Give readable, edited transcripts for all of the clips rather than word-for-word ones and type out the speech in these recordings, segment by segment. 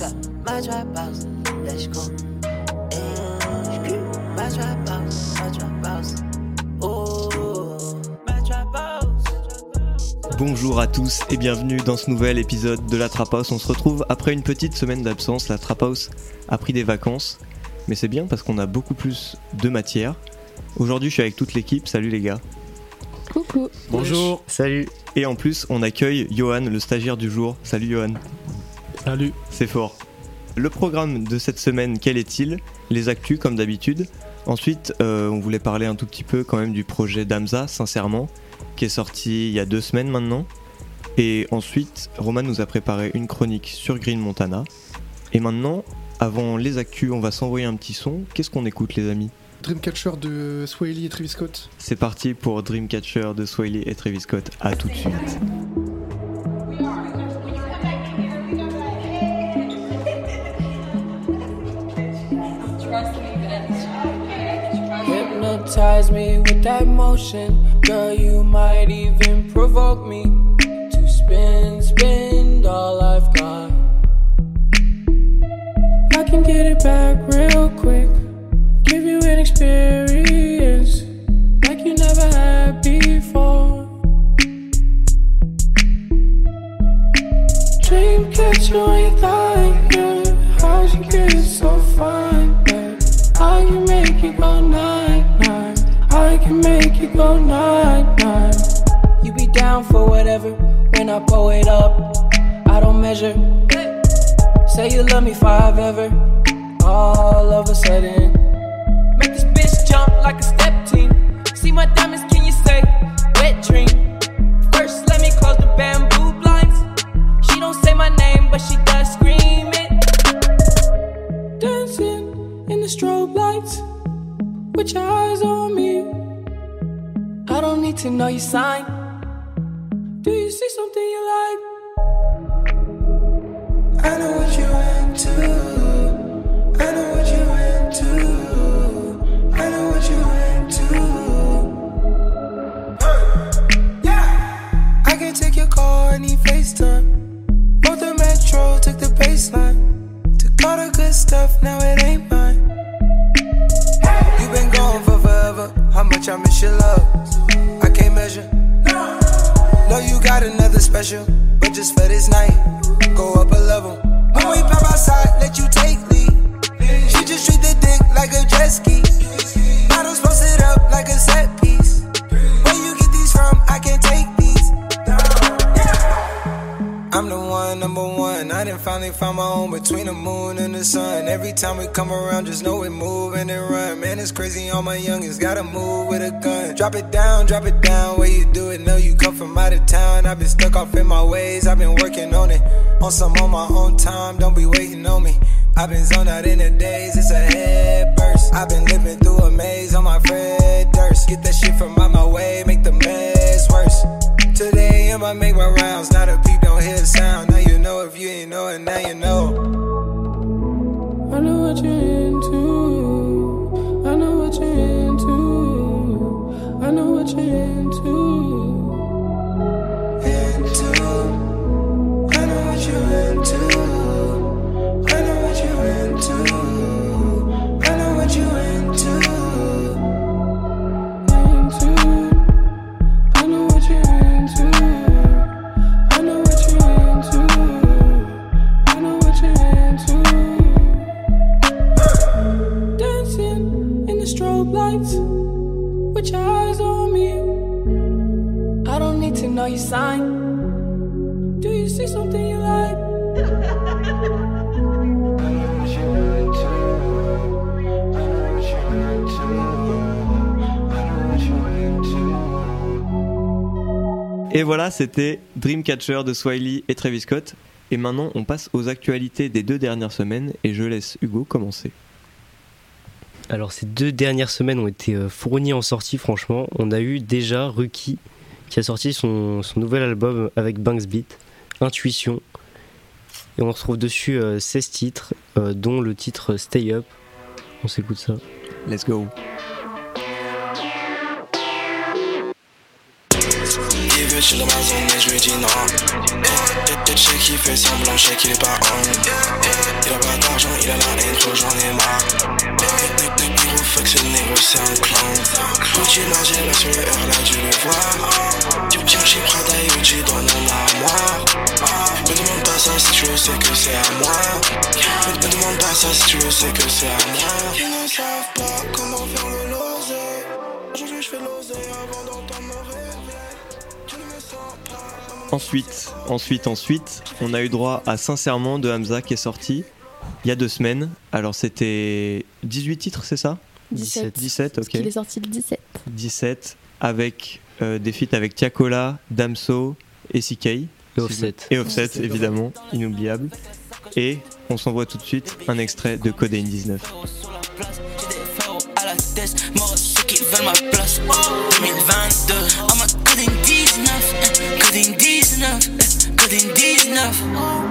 my trap house, let's go. My trap house, oh, my trap house. Bonjour à tous et bienvenue dans ce nouvel épisode de la Trap House. On se retrouve après une petite semaine d'absence. La Trap House a pris des vacances, mais c'est bien parce qu'on a beaucoup plus de matière. Aujourd'hui, je suis avec toute l'équipe. Salut les gars. Coucou. Bonjour. Salut. Et en plus, on accueille Johan, le stagiaire du jour. Salut Johan. Salut. C'est fort. Le programme de cette semaine, quel est-il ? Les actus comme d'habitude. Ensuite, on voulait parler un tout petit peu quand même du projet d'Hamza, sincèrement, qui est sorti il y a 2 semaines maintenant. Et ensuite, Roman nous a préparé une chronique sur Green Montana. Et maintenant, avant les actus, on va s'envoyer un petit son. Qu'est-ce qu'on écoute les amis ? Dreamcatcher de Swaley et Travis Scott. C'est parti pour Dreamcatcher de Swaley et Travis Scott. À tout de suite. Hypnotize me with that motion. Girl, you might even provoke me to spend all I've got. I can get it back real quick. Give you an experience like you never had before. Dreamcatcher on your thigh, yeah. How'd you get it so fine, yeah? I can make it go night-night. I can make it go night-night. You be down for whatever when I pull it up. I don't measure. Say you love me if I've ever. All of a sudden, make this bitch jump like a step team. See my diamonds, can you say wet dream? First, let me close the bamboo blinds. She don't say my name, but she does scream it. Dancing in the strobe lights with your eyes on me. I don't need to know your sign. Do you see something you like? I know what you're into. I know what you're into. I know what you're into. I can take your call, I need FaceTime. Both the metro, took the baseline. Took all the good stuff, now it ain't mine. You been gone for forever. How much I miss your love, I can't measure. Know you got another special, but just for this night, go up a level. When we pop outside, let you take lead. She just treat the dick like a jet ski. I don't supposed it up like a set piece. Where you get these from, I can't take these. I'm the one, number one. I done finally found my own between the moon and the sun. Every time we come around, just know we move and then run. Man, it's crazy, all my youngins gotta move with a gun. Drop it down, where you do it. Know you come from out of town. I've been stuck off in my ways, I've been working on it. On some on my own time, don't be waiting on me. I've been zoned out in the days, it's a head burst. I've been living through a maze on my Fred Durst. Get that shit from out my way, make the mess worse. Today I make my rounds, not a peep, don't hear a sound. Now you know, if you ain't know it, now you know. I know what you're into. I know what you're into. I know what you're into. I know what you're into. I know what you're into. I know what you're into. I know what you're into. I know what you're into. I know what you're into. Dancing in the strobe lights with your eyes on me. I don't need to know your sign. Do you see something you like? Et voilà, c'était Dreamcatcher de Swaley et Travis Scott. Et maintenant, on passe aux actualités des 2 dernières semaines et je laisse Hugo commencer. Alors ces 2 dernières semaines ont été fournies en sortie, franchement. On a eu déjà Ruki qui a sorti son nouvel album avec Banks Beat, Intuition. Et on retrouve dessus 16 titres, dont le titre Stay Up. On s'écoute ça. Let's go. She look my zone, that's Regina. That chick qui fait semblant, je sais qu'il est pas on. Il a pas d'argent, il a la haine, trop j'en ai marre. Négro fuck ce négro c'est un clown. Gucci Nagel là sur le R là tu le vois. Tu Gucci Prada et Gucci dans mon armoire. Me demande pas ça si tu le sais que c'est à moi. Me demande pas ça si tu le sais que c'est à moi. Ils ne savent pas comment faire le loser. Aujourd'hui je fais l'oseille avant d'entendre mon réveil. Tu ne me sens pas. Ensuite, on a eu droit à Sincèrement de Hamza qui est sorti il y a 2 semaines. Alors c'était 18 titres, c'est ça ? 17, ok. Il est sorti le 17. 17 avec des feats avec Tiakola, Damso et CK. Et Offset. Et Offset, évidemment, inoubliable. Et on s'envoie tout de suite un extrait de Codeine 19. À la tête, moi ceux qui veulent ma place. 2022, en mode Codeine 19, Codeine 19, Codeine 19.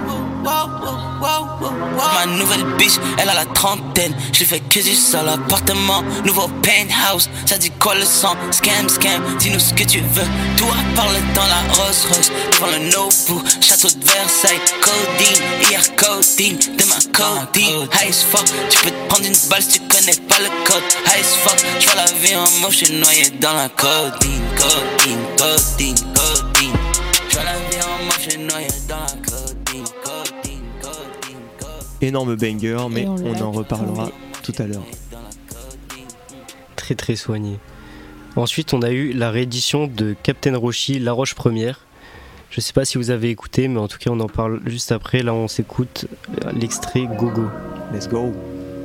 Ma nouvelle bitch, elle a la trentaine. Je lui fais que du sale appartement, nouveau penthouse. Ça dit quoi le sang? Scam, dis-nous ce que tu veux. Tout à part le temps, la Rolls Royce devant le Nobu, château de Versailles. Codeine, hier codeine, demain codeine. High as fuck, tu peux te prendre une balle si tu connais pas le code. High as fuck, je vois la vie en moche, je suis noyé dans la codeine. Je vois la vie en moche, je suis noyé dans la codeine. Énorme banger, mais on en reparlera tout à l'heure. Très très soigné. Ensuite, on a eu la réédition de Captain Roshi, La Roche Première. Je sais pas si vous avez écouté, mais en tout cas, on en parle juste après. Là, on s'écoute l'extrait Gogo. Let's go.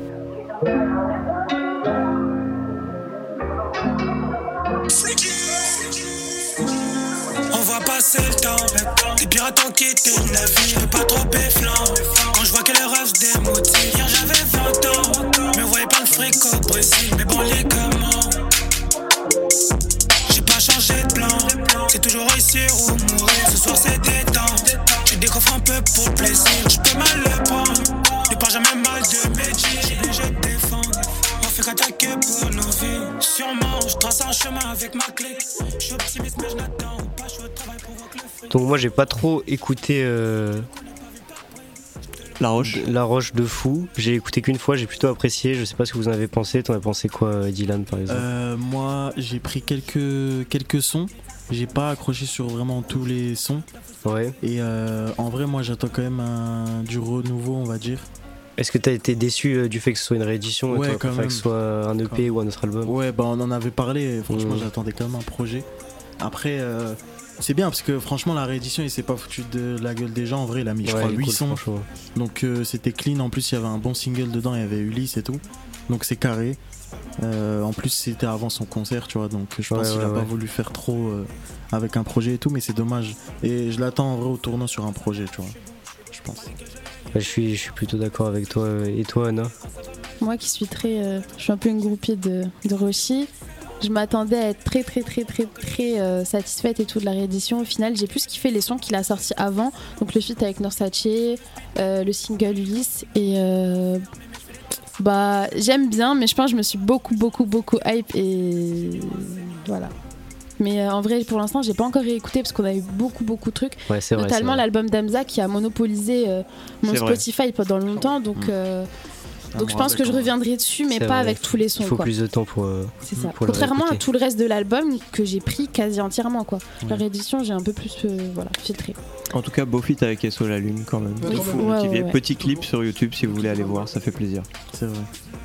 On voit passer le temps, les pirates ont quitté le navire. Je pas trop béflant, quand je vois que les rêves se démotivent. Hier j'avais 20 ans, mais voyais pas le fric au Brésil. Mais bon, les comment j'ai pas changé de plan, c'est toujours réussir ou mourir. Ce soir c'est détente, je décoffre un peu pour le plaisir. Je peux mal le prendre, ne parle jamais mal de métier. J'ai obligé de défendre, on fait qu'attaquer pour nos vies. Sûrement, je trace un chemin avec ma clé. Je suis optimiste mais je n'attends pas, je suis au travail pour voir que le feu. Donc moi, j'ai pas trop écouté La Roche. La Roche de fou. J'ai écouté qu'une fois, j'ai plutôt apprécié. Je sais pas ce que vous en avez pensé. T'en as pensé quoi, Dylan, par exemple? Moi, j'ai pris quelques sons. J'ai pas accroché sur vraiment tous les sons. Ouais. Et en vrai, moi, j'attends quand même du renouveau, on va dire. Est-ce que t'as été déçu du fait que ce soit une réédition? Ouais, toi, quand même. Que ce soit un EP ou un autre album? Ouais, bah on en avait parlé. Franchement, j'attendais quand même un projet. Après, c'est bien parce que franchement, la réédition, il s'est pas foutu de la gueule des gens. En vrai, il a mis, je crois, 8 sons. Donc c'était clean. En plus, il y avait un bon single dedans. Il y avait Ulysse et tout. Donc c'est carré. En plus, c'était avant son concert, tu vois. Donc je pense qu'il a pas voulu faire trop avec un projet et tout. Mais c'est dommage. Et je l'attends en vrai au tournant sur un projet, tu vois. Je pense. Je suis plutôt d'accord avec toi. Et toi, Anna? Moi qui suis je suis un peu une groupie de Roshi. Je m'attendais à être très satisfaite et tout de la réédition. Au final, j'ai plus kiffé les sons qu'il a sortis avant. Donc le feat avec Norsace, le single Ulysse. Et j'aime bien, mais je pense que je me suis beaucoup hype et voilà. Mais en vrai, pour l'instant, j'ai pas encore réécouté parce qu'on a eu beaucoup de trucs. Ouais, c'est vrai, notamment l'album d'Hamza qui a monopolisé mon Spotify pendant longtemps. Donc je pense que je reviendrai dessus, mais pas avec tous les sons. Il faut quoi. plus de temps pour. C'est ça. Pour contrairement à tout le reste de l'album que j'ai pris quasi entièrement. Quoi. La réédition, j'ai un peu plus filtré. En tout cas, beau feat avec SO La Lune quand même. Oui. Il faut motiver. Petit clip sur YouTube si vous voulez aller voir, ça fait plaisir. C'est vrai.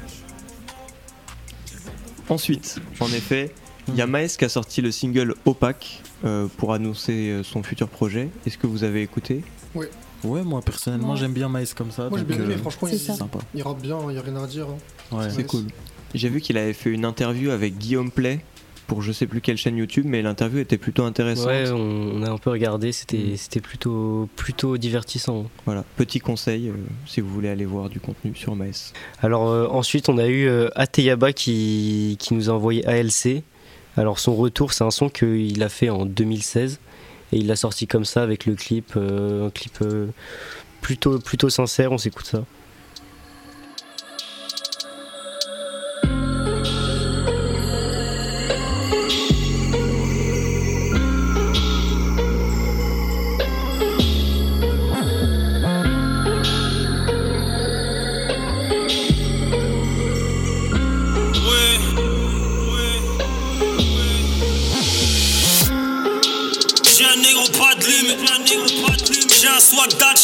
Ensuite, en effet, il y a Maes qui a sorti le single Opaque pour annoncer son futur projet. Est-ce que vous avez écouté? Ouais, moi personnellement j'aime bien Maes comme ça. Moi j'ai bien aimé, franchement il rappe bien, il n'y a rien à redire. Ouais, c'est cool. J'ai vu qu'il avait fait une interview avec Guillaume Play pour je sais plus quelle chaîne YouTube, mais l'interview était plutôt intéressante. Ouais, on a un peu regardé, c'était plutôt divertissant. Voilà, petit conseil si vous voulez aller voir du contenu sur Maes. Alors ensuite on a eu Ateyaba qui nous a envoyé ALC. Alors son retour, c'est un son qu'il a fait en 2016 et il l'a sorti comme ça avec le clip, un clip plutôt sincère, on s'écoute ça.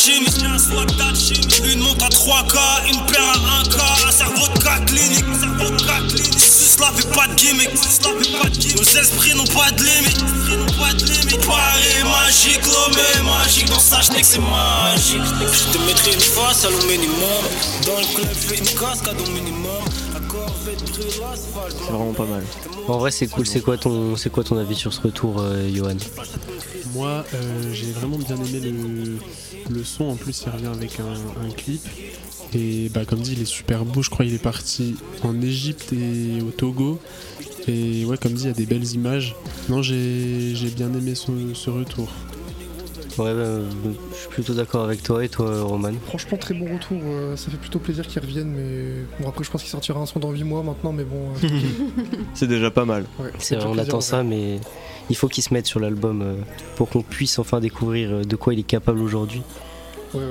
chimiste, un swap d'alchimiste. Une montre à 3K, une paire à 1K, un cerveau de cas clinique, cela fait pas de gimmick, nos esprits n'ont pas de limite, Paris magique, l'homme magique, dans ça je n'ai que c'est magique. Je te mettrai une face à l'au minimum, dans le club fais une cascade au minimum. C'est vraiment pas mal. En vrai, c'est cool. C'est quoi ton avis sur ce retour, Johan? Moi, j'ai vraiment bien aimé le son. En plus, il revient avec un clip. Et bah, comme dit, il est super beau. Je crois qu'il est parti en Égypte et au Togo. Et ouais, comme dit, il y a des belles images. Non, j'ai bien aimé ce retour. Ouais, je suis plutôt d'accord avec toi. Et toi, Roman? Franchement, très bon retour. Ça fait plutôt plaisir qu'il revienne. Mais bon, après, je pense qu'il sortira un son dans 8 mois maintenant. Mais bon. C'est déjà pas mal. Ouais, c'est vrai, on attend ça, mais il faut qu'il se mette sur l'album pour qu'on puisse enfin découvrir de quoi il est capable aujourd'hui. Ouais.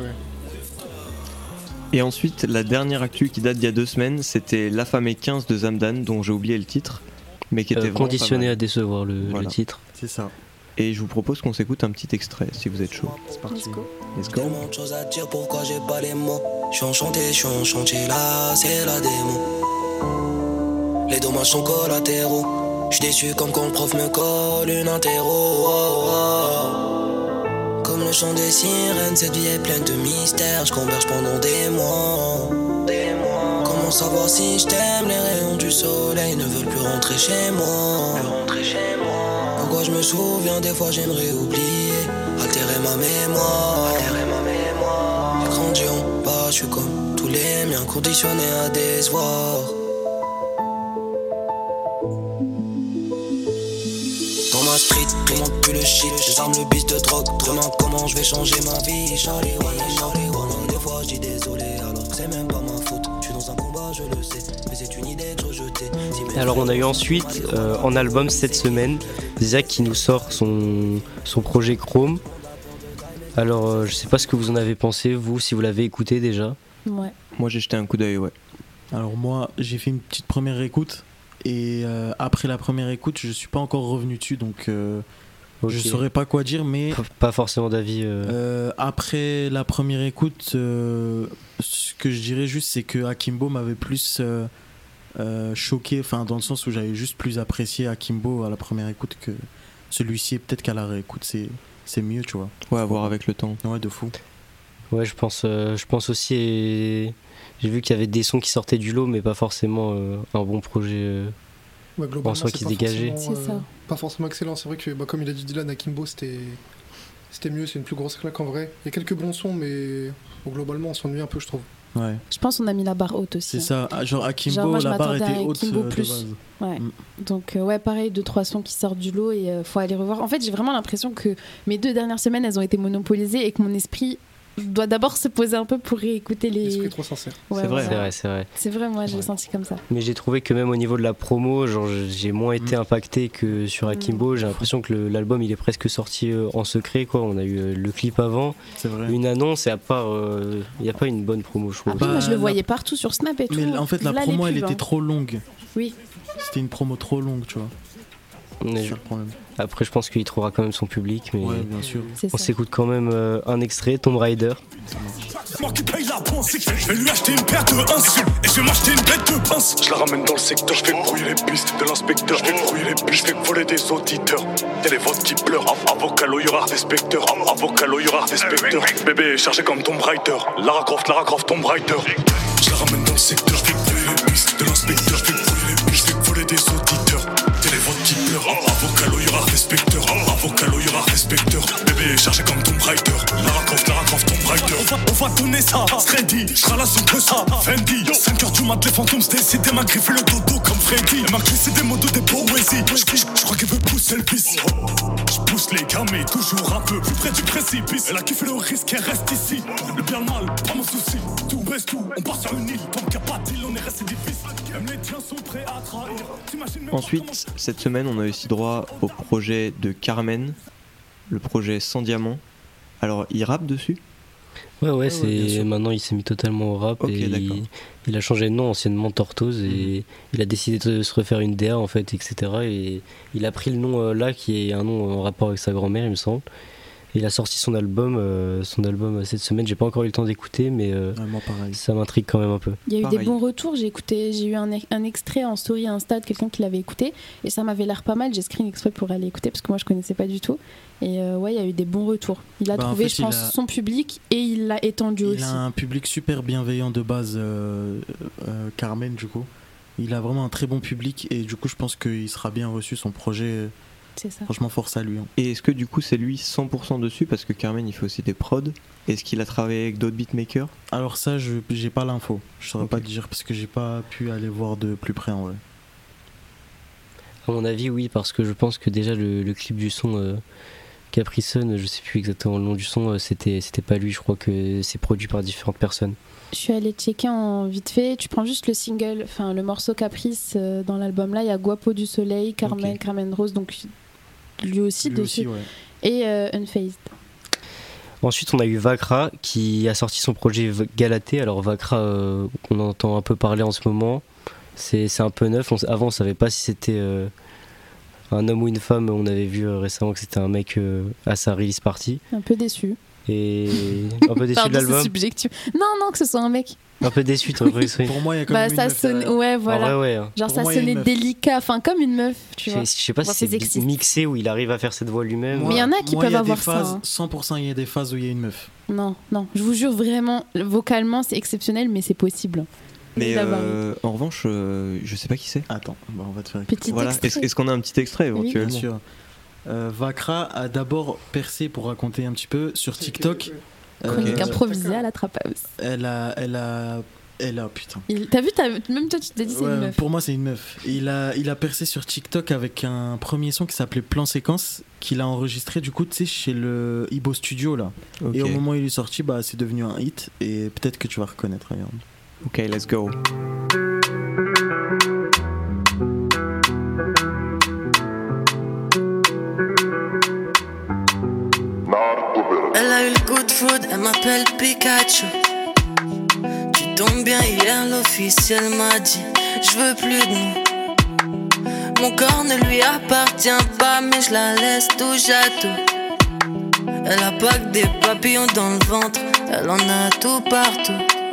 Et ensuite, la dernière actu qui date d'il y a 2 semaines, c'était L'Affamé 15 de Zamdan, dont j'ai oublié le titre, mais qui était vraiment conditionné pas mal. à décevoir le titre. C'est ça. Et je vous propose qu'on s'écoute un petit extrait, si vous êtes chaud. C'est parti. Let's go. Tellement de choses à dire, pourquoi j'ai pas les mots. Je suis en chantier, là, c'est la démo. Les dommages sont collatéraux. Je suis déçu comme quand le prof me colle une interro. Comme le chant des sirènes, cette vie est pleine de mystères. Je converge pendant des mois. Comment savoir si je t'aime? Les rayons du soleil ne veulent plus rentrer chez moi. Pourquoi je me souviens, des fois j'aimerais oublier, altérer ma mémoire. J'ai grandi en bas, je suis comme tous les miens, conditionné à décevoir. Dans ma street, tout le monde pue le shit, j'arme le bis de drogue. Demain comment je vais changer ma vie? Charlie One, des fois je dis désolé alors que c'est même pas ma faute. Je suis dans un combat, je le sais, mais c'est une idée que je jetais. Alors on a eu ensuite en album cette semaine Zach qui nous sort son projet Chrome. Alors je sais pas ce que vous en avez pensé, vous, si vous l'avez écouté déjà. Ouais. Moi j'ai jeté un coup d'œil, ouais. Alors moi j'ai fait une petite première écoute et après la première écoute je suis pas encore revenu dessus donc Okay. je saurais pas quoi dire, mais pas forcément d'avis. Après la première écoute, ce que je dirais juste c'est que Akimbo m'avait plus choqué, enfin dans le sens où j'avais juste plus apprécié Akimbo à la première écoute que celui-ci, et peut-être qu'à la réécoute c'est mieux, tu vois. Ouais, à voir avec le temps. Ouais, de fou. Ouais, je pense aussi, et j'ai vu qu'il y avait des sons qui sortaient du lot, mais pas forcément un bon projet Ouais, en soi qui se dégageait. C'est ça. Pas forcément excellent. C'est vrai que, comme il a dit Dylan, Akimbo c'était mieux. C'est une plus grosse claque en vrai. Il y a quelques bons sons, mais globalement on s'ennuie un peu, je trouve. Ouais. Je pense qu'on a mis la barre haute aussi. C'est ça. Genre Akimbo, Genre, moi, je la barre m'attendais était à haute Akimbo de plus. base. Ouais. Donc ouais, pareil, 2-3 sons qui sortent du lot et faut aller revoir. En fait, j'ai vraiment l'impression que mes 2 dernières semaines, elles ont été monopolisées et que mon esprit doit d'abord se poser un peu pour réécouter les... L'esprit trop sincère. Ouais, C'est vrai. voilà. C'est vrai. C'est vrai, moi, je l'ai senti comme ça. Mais j'ai trouvé que même au niveau de la promo, genre j'ai moins été impacté que sur Akimbo. J'ai l'impression que l'album il est presque sorti en secret, quoi. On a eu le clip avant, C'est vrai. une annonce, et à part, il n'y a pas une bonne promo, je trouve. Après, moi, je le la- voyais partout sur Snap et tout. Mais en fait la Voilà promo les elle pubs, était hein. trop longue. Oui. C'était une promo trop longue, tu vois. Mais C'est ça le problème. après, je pense qu'il trouvera quand même son public, mais Ouais, bien sûr. C'est on ça. s'écoute quand même un extrait, Tomb Raider. C'est moi qui paye la pense. Je vais lui acheter une paire de 1 et je vais m'acheter une bête de pince. Je la ramène dans le secteur, je fais brouiller les pistes de l'inspecteur, je fais brouiller les pistes, je fais voler des auditeurs. Y'a les votes qui pleurent, avocat, y'aura des specteurs, avocat, y'aura des specteurs. Bébé est chargé comme Tomb Raider, Lara Croft, Tomb Raider. Je la ramène dans le secteur, je fais brouiller les pistes de l'inspecteur, je fais brouiller les pistes, je fais voler des auditeurs. Y'a les votes qui pleurent, avocat, y'aura des specteurs, avocat, y'aura des specteurs. Bébé est chargé comme Tomb Raider, Lara Croft, Tomb Raider. On va donner ça, Freddy. Je ralasse un peu ça, Fendi. 5h du mat, les fantômes se décident, m'a griffé le dodo comme Freddy. Elle m'a glissé des mots de des poésies. Je crois qu'elle veut pousser le bis. Je pousse les gars, mais toujours un peu plus près du précipice. Elle a kiffé le risque, elle reste ici. Le bien, le mal, pas mon souci. Tout baisse tout, on part sur une île. Tant qu'il n'y a pas d'île, on est resté difficile. Même les tiens sont prêts à trahir. T'imagines même Ensuite, cette semaine, on a aussi droit au projet de Carmen, le projet Sans Diamant. Alors, il rappe dessus? Ouais, bien sûr. maintenant il s'est mis totalement au rap, Ok, et d'accord. il a changé de nom, anciennement Tortoise, et il a décidé de se refaire une DA en fait, etc. Et il a pris le nom là qui est un nom en rapport avec sa grand-mère, il me semble. Il a sorti son album cette semaine. J'ai pas encore eu le temps d'écouter, mais moi, pareil. Ça m'intrigue quand même un peu. Il y a eu des bons retours. J'ai eu un extrait en story Insta de quelqu'un qui l'avait écouté et ça m'avait l'air pas mal. J'ai screen exprès pour aller écouter parce que moi je connaissais pas du tout. Et ouais, il y a eu des bons retours. Il a trouvé, en fait, je pense, son public et il l'a étendu aussi. Il a un public super bienveillant de base, Carmen, du coup. Il a vraiment un très bon public et du coup, je pense qu'il sera bien reçu, son projet. C'est ça. Franchement, force à lui. Et est-ce que du coup, c'est lui 100% dessus? Parce que Carmen, il fait aussi des prods. Est-ce qu'il a travaillé avec d'autres beatmakers? Alors, ça, j'ai pas l'info. Je saurais pas te dire parce que j'ai pas pu aller voir de plus près en vrai. À mon avis, oui, parce que je pense que déjà le clip du son Capri Sun, je sais plus exactement le nom du son, c'était pas lui. Je crois que c'est produit par différentes personnes. Je suis allée checker en vite fait. Tu prends juste le single, enfin le morceau Caprice dans l'album là. Il y a Guapo du Soleil, Carmen Rose, donc lui aussi dessus. Ouais. Et Unfazed. Ensuite, on a eu Vakra qui a sorti son projet Galatée. Alors Vakra, on entend un peu parler en ce moment. C'est un peu neuf. Avant, on savait pas si c'était un homme ou une femme. On avait vu récemment que c'était un mec à sa release party. Un peu déçu. Et un peu déçu Pardon, de l'album. c'est subjectif. Non, que ce soit un mec. Un peu déçu, toi, oui. Pour moi, il y a quand même une ça meuf sonnait, ouais, voilà. Vrai, ouais, hein. Genre, Pour ça moi, il y a sonnait une meuf. délicat, enfin, comme une meuf, tu vois. Je sais pas si c'est mixé ou il arrive à faire cette voix lui-même. Mais il y en a qui peuvent avoir ça. Phases, 100%, il y a des phases où il y a une meuf. Non, je vous jure vraiment, vocalement, c'est exceptionnel, mais c'est possible. Mais en revanche, je sais pas qui c'est. Attends, on va te faire écouter. Petit voilà. extrait. Est-ce qu'on a un petit extrait éventuellement? Bien sûr. Vakra a d'abord percé, pour raconter un petit peu, sur TikTok. Chronique improvisée à la trapause. Elle a putain. T'as vu, même toi tu t'es dit c'est une meuf. Pour moi c'est une meuf. Il a percé sur TikTok avec un premier son qui s'appelait Plan Séquence, qu'il a enregistré du coup tu sais chez le Ibo Studio là. Okay. Et au moment où il est sorti, bah c'est devenu un hit et peut-être que tu vas reconnaître, regarde. Ok, let's go. Elle a eu le coup de foudre, elle m'appelle Pikachu. Tu tombes bien hier, l'officiel m'a dit je veux plus de nous. Mon corps ne lui appartient pas, mais je la laisse touche à tout. Elle a pas que des papillons dans le ventre, elle en a tout partout.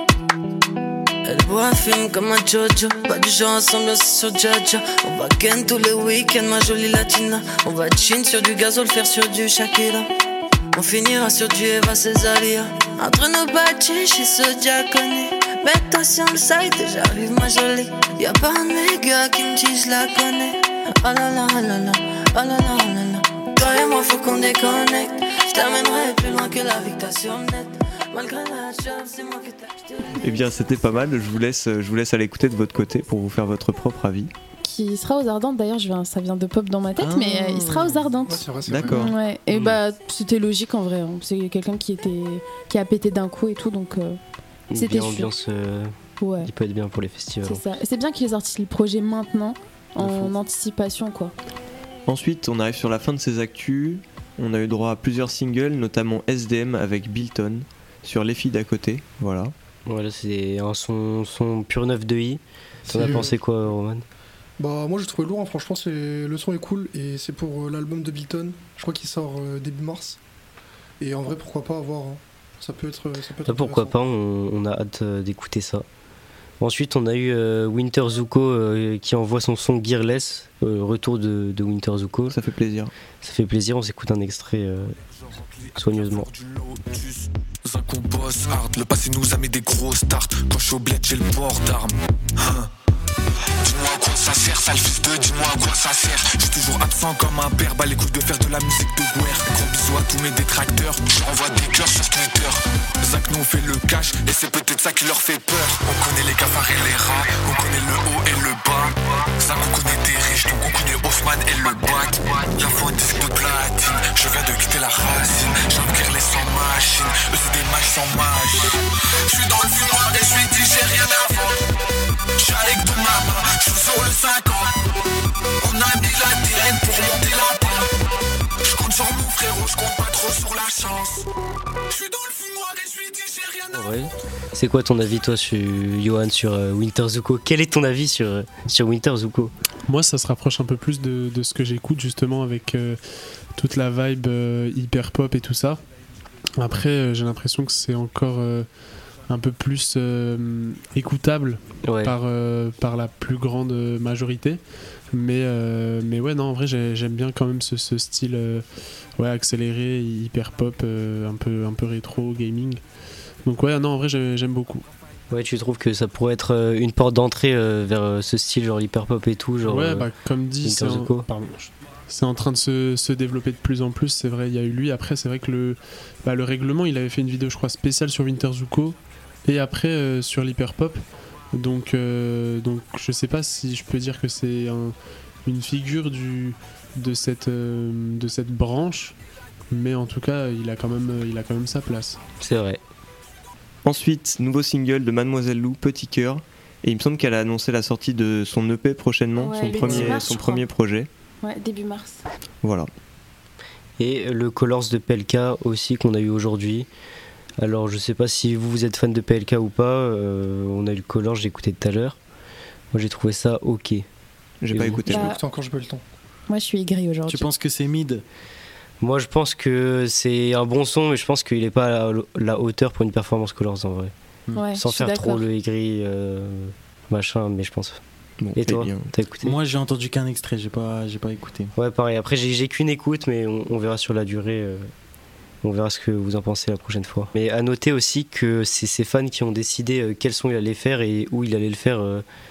Elle boit, fume comme un Jojo, pas du genre ensemble sur Jaja. On va ken tous les week-ends, ma jolie latina. On va chin sur du gazole, faire sur du Shakira. On finira sur du Eva Cesaria. Entre nos bâtis, chez ce diaconé. Mets-toi sur le site et j'arrive ma jolie. Y'a pas un méga qui me dit je la connais. Oh là là, oh là là, oh là là, oh là là. Toi et moi faut qu'on déconnecte. Je t'amènerai plus loin que la Victoire sur net. Malgré la chave, c'est moi qui t'ai. Eh bien c'était pas mal, je vous laisse aller écouter de votre côté pour vous faire votre propre avis. Qui sera aux Ardentes d'ailleurs, ça vient de pop dans ma tête, mais il sera aux Ardentes. Ouais, c'est vrai, D'accord. Ouais. Et bah c'était logique en vrai, hein. C'est quelqu'un qui a pété d'un coup et tout, donc c'était sûr. Ambiance, ouais. Il peut être bien pour les festivals. C'est ça. Et c'est bien qu'il ait sorti le projet maintenant, en anticipation quoi. Ensuite on arrive sur la fin de ces actus, on a eu droit à plusieurs singles, notamment SDM avec Bilton sur Les Filles d'à côté, voilà. Voilà, c'est un son pur neuf de I. T'en as pensé quoi, Roman? Bah moi j'ai trouvé lourd, hein. Franchement le son est cool et c'est pour l'album de Bilton. Je crois qu'il sort début mars. Et en vrai pourquoi pas avoir, hein. Ça peut être pourquoi pas, on a hâte d'écouter ça. Ensuite on a eu Winter Zuko qui envoie son son Gearless, retour de Winter Zuko. Ça fait plaisir. Ça fait plaisir, on s'écoute un extrait soigneusement. Zach on bosse hard, le passé nous a mis des grosses tartes. Quand je suis au bled j'ai le port d'armes. Dis-moi à quoi ça sert, sale fils de dis-moi à quoi ça sert. J'suis toujours absent comme un père, bah les couilles de faire de la musique de guerre. Gros bisous à tous mes détracteurs, je renvoie des cœurs sur Twitter. Zach nous on fait le cash et c'est peut-être ça qui leur fait peur. On connaît les cafards et les rats, on connaît le haut et le bas. Zach on connaît des riches, donc on connaît Hoffman et le bat. La fois un disque de platine, je viens de quitter la racine. J'envire les sans machine, eux c'est des matchs sans machine. J'suis dans le fumoir et j'lui dis j'ai rien à vendre. J'suis avec de ma main, j'suis sur le 50. On a mis la DN pour monter la pente. J'compte sur mon frérot, j'compte pas trop sur la chance. J'suis dans le fumoir et j'lui dis j'ai rien à Ouais. C'est quoi ton avis, toi, Johan, sur Winter Zuko? Quel est ton avis sur Winter Zuko? Moi, ça se rapproche un peu plus de ce que j'écoute, justement, avec toute la vibe hyper pop et tout ça. Après, j'ai l'impression que c'est encore un peu plus écoutable par la plus grande majorité. Mais ouais, non, en vrai, j'aime bien quand même ce style accéléré, hyper pop, un peu rétro, gaming. Donc ouais, non, en vrai, j'aime beaucoup. Ouais, tu trouves que ça pourrait être une porte d'entrée vers ce style, genre hyper pop et tout, genre. Ouais, comme dit, c'est en train de se développer de plus en plus. C'est vrai, il y a eu lui. Après, c'est vrai que le règlement, il avait fait une vidéo, je crois, spéciale sur Winter Zuko et après sur l'hyper pop. Donc je sais pas si je peux dire que c'est une figure de cette branche, mais en tout cas il a quand même sa place. C'est vrai. Ensuite, nouveau single de Mademoiselle Lou, Petit Cœur, et il me semble qu'elle a annoncé la sortie de son EP prochainement, son premier projet. Ouais, début mars. Voilà. Et le Colors de PLK aussi qu'on a eu aujourd'hui. Alors je sais pas si vous êtes fan de PLK ou pas, on a eu le Colors, j'ai écouté tout à l'heure. Moi j'ai trouvé ça ok. J'ai pas écouté. Je vais écouter encore, j'ai pas eu le temps. Moi je suis aigrie aujourd'hui. Tu penses que c'est mid? Moi je pense que c'est un bon son, mais je pense qu'il est pas à la hauteur pour une performance Colors en vrai. Ouais, sans faire trop le aigri machin, mais je pense. Bon, et toi, t'as écouté? Moi j'ai entendu qu'un extrait, j'ai pas écouté. Ouais, pareil, après j'ai qu'une écoute, mais on verra sur la durée. On verra ce que vous en pensez la prochaine fois. Mais à noter aussi que c'est ses fans qui ont décidé quel son il allait faire et où il allait le faire.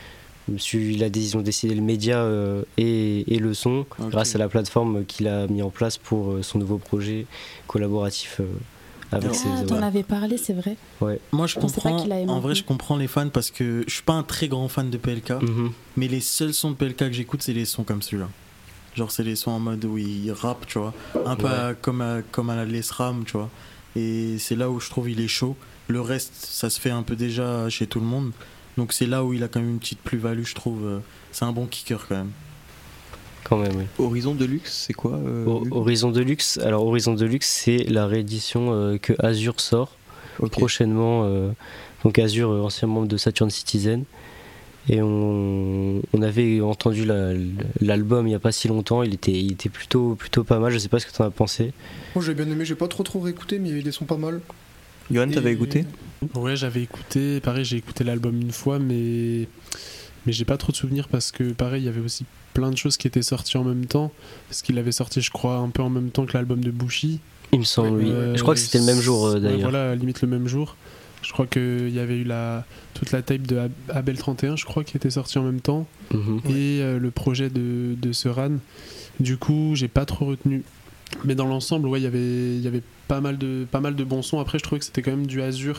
Ils ont décidé le média et le son grâce à la plateforme qu'il a mis en place pour son nouveau projet collaboratif avec ses... t'en avais parlé, c'est vrai. Ouais. Moi je comprends, en vrai je comprends les fans parce que je suis pas un très grand fan de PLK, mais les seuls sons de PLK que j'écoute c'est les sons comme celui-là. Genre c'est les sons en mode où il rappe, tu vois, un peu comme à la Les Ram, tu vois. Et c'est là où je trouve il est chaud. Le reste, ça se fait un peu déjà chez tout le monde. Donc c'est là où il a quand même une petite plus-value, je trouve. C'est un bon kicker quand même. Quand même, oui. Horizon Deluxe, c'est quoi Horizon Deluxe. Alors Horizon Deluxe, c'est la réédition que Azure sort prochainement. Donc Azure, ancien membre de Saturn Citizen. Et on avait entendu l'album il n'y a pas si longtemps, il était plutôt pas mal, je sais pas ce que t'en as pensé. Moi j'ai bien aimé, j'ai pas trop réécouté, mais il y avait des sons pas mal. Johan, t'avais écouté? Ouais, j'avais écouté, pareil j'ai écouté l'album une fois, mais j'ai pas trop de souvenirs parce que pareil il y avait aussi plein de choses qui étaient sorties en même temps, parce qu'il avait sorti je crois un peu en même temps que l'album de Bushi. Il me semble, oui. Je crois que c'était le même jour d'ailleurs. Voilà, limite le même jour. Je crois qu'il y avait eu toute la tape de Abel 31, je crois, qui était sortie en même temps. Et le projet de Seran. Du coup, j'ai pas trop retenu. Mais dans l'ensemble, ouais, il y avait pas mal de bons sons. Après, je trouvais que c'était quand même du Azure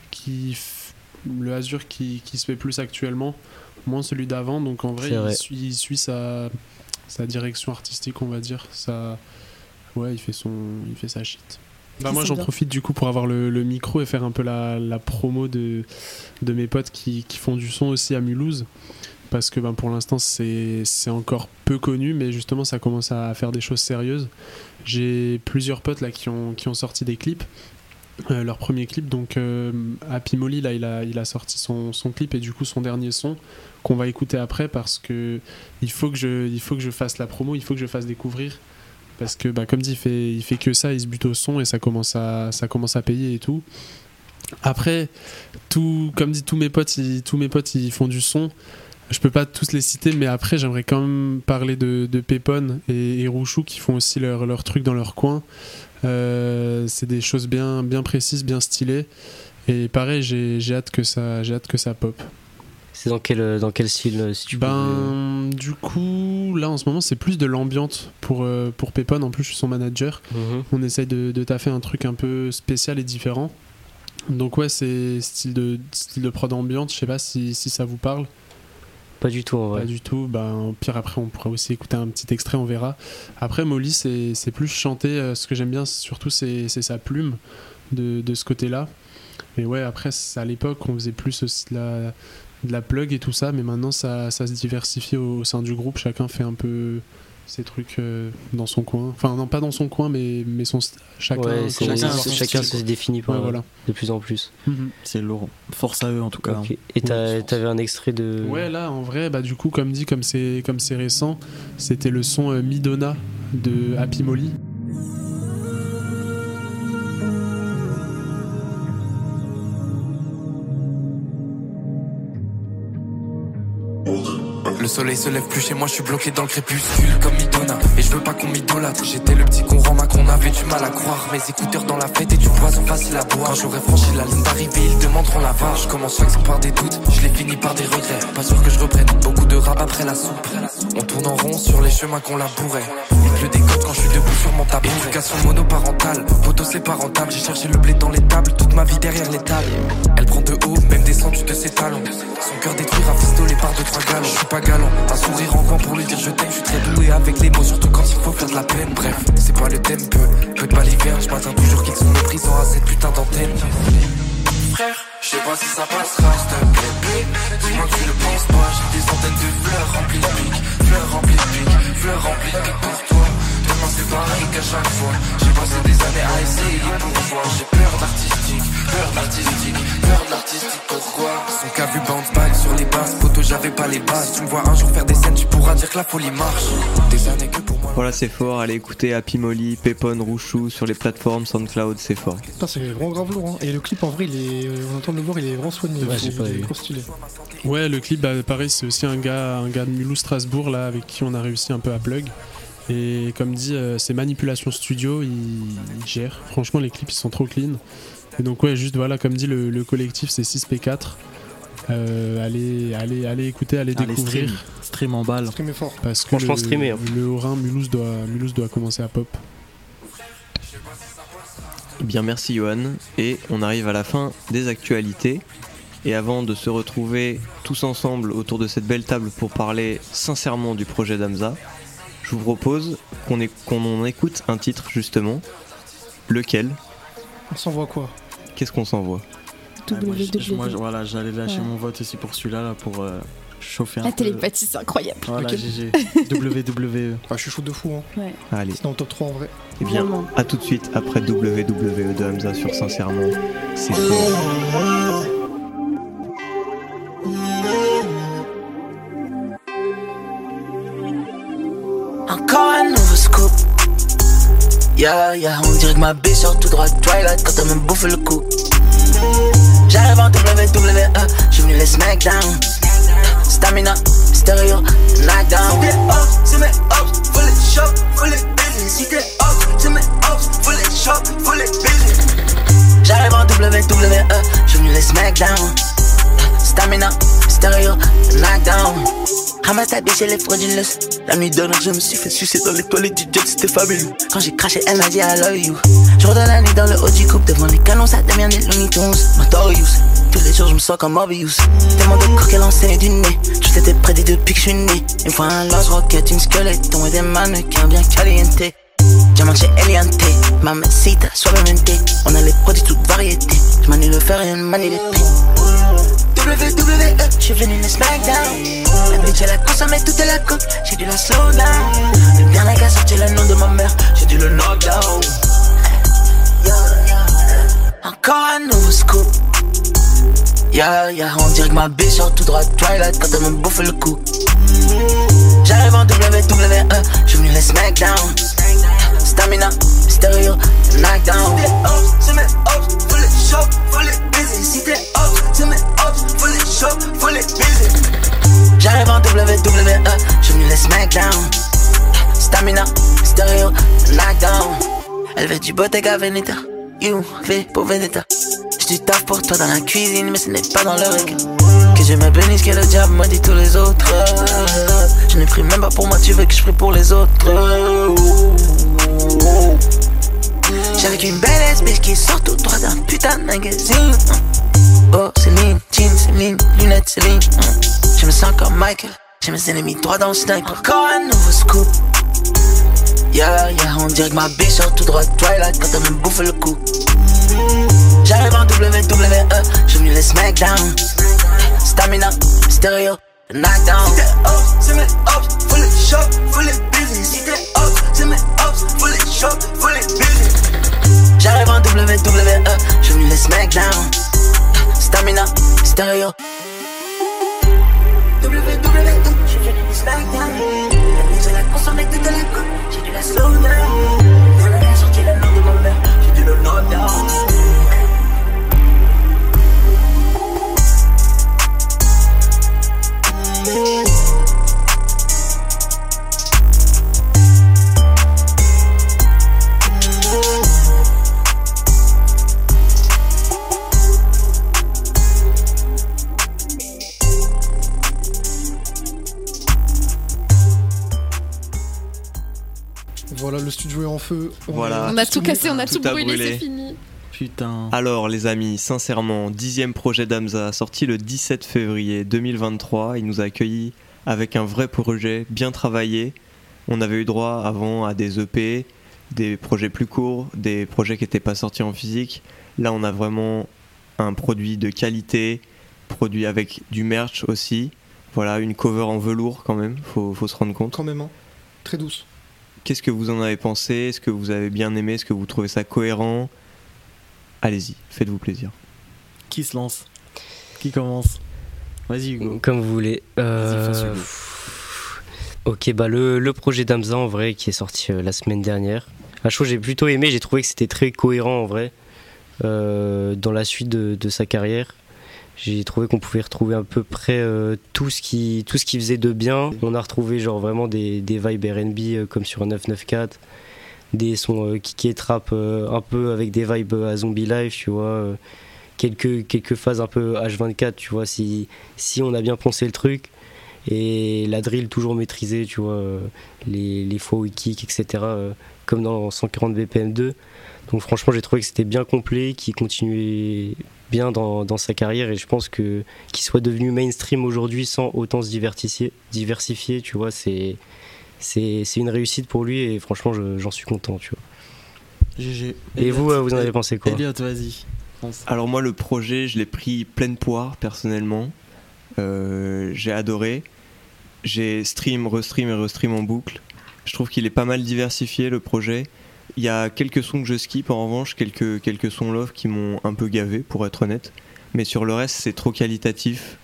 le Azure qui se fait plus actuellement, moins celui d'avant. Donc en vrai, il suit sa direction artistique, on va dire. Ouais, il fait sa shit. Moi j'en profite du coup pour avoir le micro et faire un peu la promo de mes potes qui font du son aussi à Mulhouse, parce que pour l'instant c'est encore peu connu, mais justement ça commence à faire des choses sérieuses. J'ai plusieurs potes là qui ont sorti des clips, leur premier clip, donc Happy Molly là il a sorti son clip et du coup son dernier son qu'on va écouter après, parce que il faut que je fasse la promo, il faut que je fasse découvrir. Parce que comme dit, il fait que ça, il se bute au son et ça commence à payer et tout. Après, comme dit, tous mes potes ils font du son. Je peux pas tous les citer, mais après j'aimerais quand même parler de Pépone et Rouchou qui font aussi leur truc dans leur coin. C'est des choses bien précises, bien stylées. Et pareil, j'ai hâte que ça pop. C'est dans quel style, si tu peux... Du coup, là en ce moment c'est plus de l'ambiante pour Pépone. En plus je suis son manager. On essaye de taffer un truc un peu spécial et différent. Donc ouais, c'est style de prod ambiante. Je sais pas si ça vous parle. Pas du tout en vrai. Pas du tout. Au pire après on pourra aussi écouter un petit extrait, on verra. Après Molly c'est plus chanter. Ce que j'aime bien surtout c'est sa plume de ce côté-là. Mais ouais, après à l'époque on faisait plus aussi de la plug et tout ça, mais maintenant ça se diversifie au sein du groupe, chacun fait un peu ces trucs dans son coin. Enfin, non, pas dans son coin, mais chacun. Ouais, chacun se définit pas voilà. De plus en plus. C'est lourd. Force à eux en tout cas. Okay. Et t'avais un extrait de. Ouais, là, en vrai, bah du coup, comme c'est récent, c'était le son Midonna de Happy Molly. Le soleil se lève plus chez moi, je suis bloqué dans le crépuscule comme Midonna. Et je veux pas qu'on m'idolâtre. J'étais le petit con Romain qu'on avait du mal à croire. Mes écouteurs dans la fête et du poison facile à boire. Quand j'aurai franchi la ligne d'arrivée, ils demanderont la var. Je commence chaque jour par des doutes, je l'ai fini par des regrets. Pas sûr que je reprenne beaucoup de rap après la soupe. On tourne en rond sur les chemins qu'on labourait. Il pleut des côtes quand je suis debout sur mon tabouret. Éducation monoparentale, poteau c'est pas rentable. J'ai cherché le blé dans les tables, toute ma vie derrière les tables. Elle prend de haut, même descendue de ses talons. Son cœur détruit, rafistolé par 2-3 galons. Je suis pas galant, un sourire en coin pour lui dire je t'aime. Je suis très doué avec les mots, surtout quand il faut faire de la peine. Bref, c'est pas le thème, peu de balivernes. Je m'attends toujours qu'ils sont méprisants à cette putain d'antenne. Frère, je sais pas si ça passera, s'il te plaît. Dis-moi que tu le penses pas, j'ai des centaines de fleurs remplies de piques. Fleurs remplies de piques, fleurs remplies de piques pour toi. Demain c'est pareil qu'à chaque fois. J'ai passé des années à essayer pour voir. J'ai peur d'artistique, peur d'artistique, peur d'artistique, pourquoi? Son cas vu bounce back sur les basses, poteau j'avais pas les bases. Tu me vois un jour faire des scènes, tu pourras dire que la folie marche. Des années que pour moi. Voilà, c'est fort, allez écouter Happy Molly, Pépone, Rouchou sur les plateformes SoundCloud, c'est fort. Putain, c'est vraiment grave lourd, hein. Et le clip en vrai, on entend le voir, il est vraiment soigné. Ouais, il est trop stylé. Ouais, le clip, bah, pareil, c'est aussi un gars de Mulhouse Strasbourg là, avec qui on a réussi un peu à plug. Et comme dit, c'est Manipulation Studio, ils gèrent. Franchement, les clips ils sont trop clean. Et donc ouais, juste voilà, comme dit, le collectif c'est 6P4. Allez écouter, allez découvrir. Stream en balle. Streamer fort. Parce que franchement, streamer. Le Haut-Rhin, Mulhouse doit commencer à pop. Bien, merci Johan. Et on arrive à la fin des actualités. Et avant de se retrouver tous ensemble autour de cette belle table pour parler sincèrement du projet Damza, je vous propose qu'on écoute un titre justement. Lequel? On s'envoie quoi? Qu'est-ce qu'on s'envoie? Moi, voilà, j'allais lâcher mon vote aussi pour celui-là là, pour chauffer un peu. La télépathie, c'est incroyable. Voilà, Okay. GG. WWE. Enfin, je suis chaud de fou, hein. Ouais. Allez. C'est dans le top 3 en vrai. Et bien, à tout de suite après WWE de Hamza sur Sincèrement. C'est fort. Encore un nouveau scoop. On dirait que ma bitch sort tout droit de Twilight quand elle me bouffe le cou. J'arrive en WWE, je me laisse SmackDown. Stamina, stéréo, knockdown. Si t'es off, c'est mes off, faut les shop, faut les baiser. Si t'es off, c'est mes off, faut les shop, faut les baiser. J'arrive en WWE, je me laisse SmackDown. Stamina, stéréo, knockdown. Ramasse ta biche, elle est frauduleuse. La nuit dernière, je me suis fait sucer dans les toilettes du jet, c'était fabuleux. Quand j'ai craché, elle m'a dit I love you. Je redonne la nuit dans le haut du coupe. Devant les canons, ça devient des Looney Tunes. Notorious, tous les jours, je me sens comme Morbius. Tellement de corps qu'elle enseigne du nez. Tout était prédit depuis que je suis né. Une fois un lance-rocket, une squelette, et des mannequins bien caliente. Diamant chez Eliante, mamacita, suavemente. On a les produits toutes variétés. Je manie le fer et elle manie les prix. WWE, j'suis venu le SmackDown. La bitch elle a consommé toute la coke, j'ai dû la slow down. Le bien la gars sorti le nom de ma mère, j'ai dû le knockdown. Encore un nouveau scoop. On dirait que ma bitch sort tout droit de Twilight quand elle me bouffe le cou. J'arrive en WWE, je me laisse SmackDown. Stamina, stéréo, knockdown. Si t'es off, c'est mes off, faut les shop, faut les baiser. Si t'es off, c'est mes off, faut les shop, faut les baiser. J'arrive en WWE, je me laisse SmackDown. Stamina, stéréo, knockdown. Elle veut du Bottega Veneta, you V pour Vendetta. J'du taf pour toi dans la cuisine, mais ce n'est pas dans le reggae. Que Dieu me bénisse, que le diable me dit tous les autres. Je n'ai pris même pas pour moi, tu veux que je prie pour les autres. J'avais une belle bitch qui sort tout droit d'un putain de magazine. Oh Céline, jean Céline, lunettes Céline. Je me sens comme Michael, j'ai mes ennemis droit dans le sniper. Encore un nouveau scoop. On dirait que ma bitch sort tout droit de Twilight quand elle me bouffe le cou. J'arrive en WWE, je me laisse SmackDown. Stamina, stéréo, knockdown. Si t'es ops, c'est mes ops, full it shop, full it busy. Si t'es ops, c'est mes ops, full it shop, full it busy. J'arrive en WWE, je me laisse smackdown. Stamina, stéréo. WWE, j'ai fait du smackdown. La mise à la consommée de la coupe, j'ai dû la slow down. Y'en a rien sorti le nom de mon mère, j'ai dû le knockdown. Voilà, le studio est en feu. Voilà. On a tout cassé, on a tout brûlé, brûlé. c'est fini. Putain. Alors les amis, sincèrement, 10e projet d'Hamza, sorti le 17 février 2023. Il nous a accueillis avec un vrai projet, bien travaillé. On avait eu droit avant à des EP, des projets plus courts, des projets qui n'étaient pas sortis en physique. Là on a vraiment un produit de qualité, produit avec du merch aussi. Voilà, une cover en velours quand même, faut se rendre compte. Quand même, hein. Très douce. Qu'est-ce que vous en avez pensé ? Est-ce que vous avez bien aimé ? Est-ce que vous trouvez ça cohérent ? Allez-y, faites-vous plaisir. Qui se lance ? Qui commence ? Vas-y Hugo. Comme vous voulez. Vas-y, fonce, Hugo. Ok, bah le projet d'Hamza en vrai qui est sorti la semaine dernière. La chose j'ai plutôt aimé, j'ai trouvé que c'était très cohérent en vrai dans la suite de sa carrière. J'ai trouvé qu'on pouvait retrouver à peu près tout ce qui faisait de bien. On a retrouvé genre vraiment des vibes R&B comme sur 994, des sons kick et trap un peu avec des vibes à Zombie Life, tu vois, quelques phases un peu H24, tu vois, si on a bien pensé le truc, et la drill toujours maîtrisée, tu vois, les fois kick, etc., comme dans 140 BPM 2. Donc franchement j'ai trouvé que c'était bien complet, qu'il continuait bien dans sa carrière, et je pense que qu'il soit devenu mainstream aujourd'hui sans autant se diversifier, tu vois, c'est une réussite pour lui, et franchement j'en suis content, tu vois. GG. Et vous en avez pensé quoi ? Elliot, vas-y. Alors moi le projet je l'ai pris pleine poire personnellement, j'ai adoré, j'ai stream, restream et restream en boucle. Je trouve qu'il est pas mal diversifié le projet. Il y a quelques sons que je skip en revanche, quelques sons love qui m'ont un peu gavé pour être honnête, mais sur le reste c'est trop qualitatif.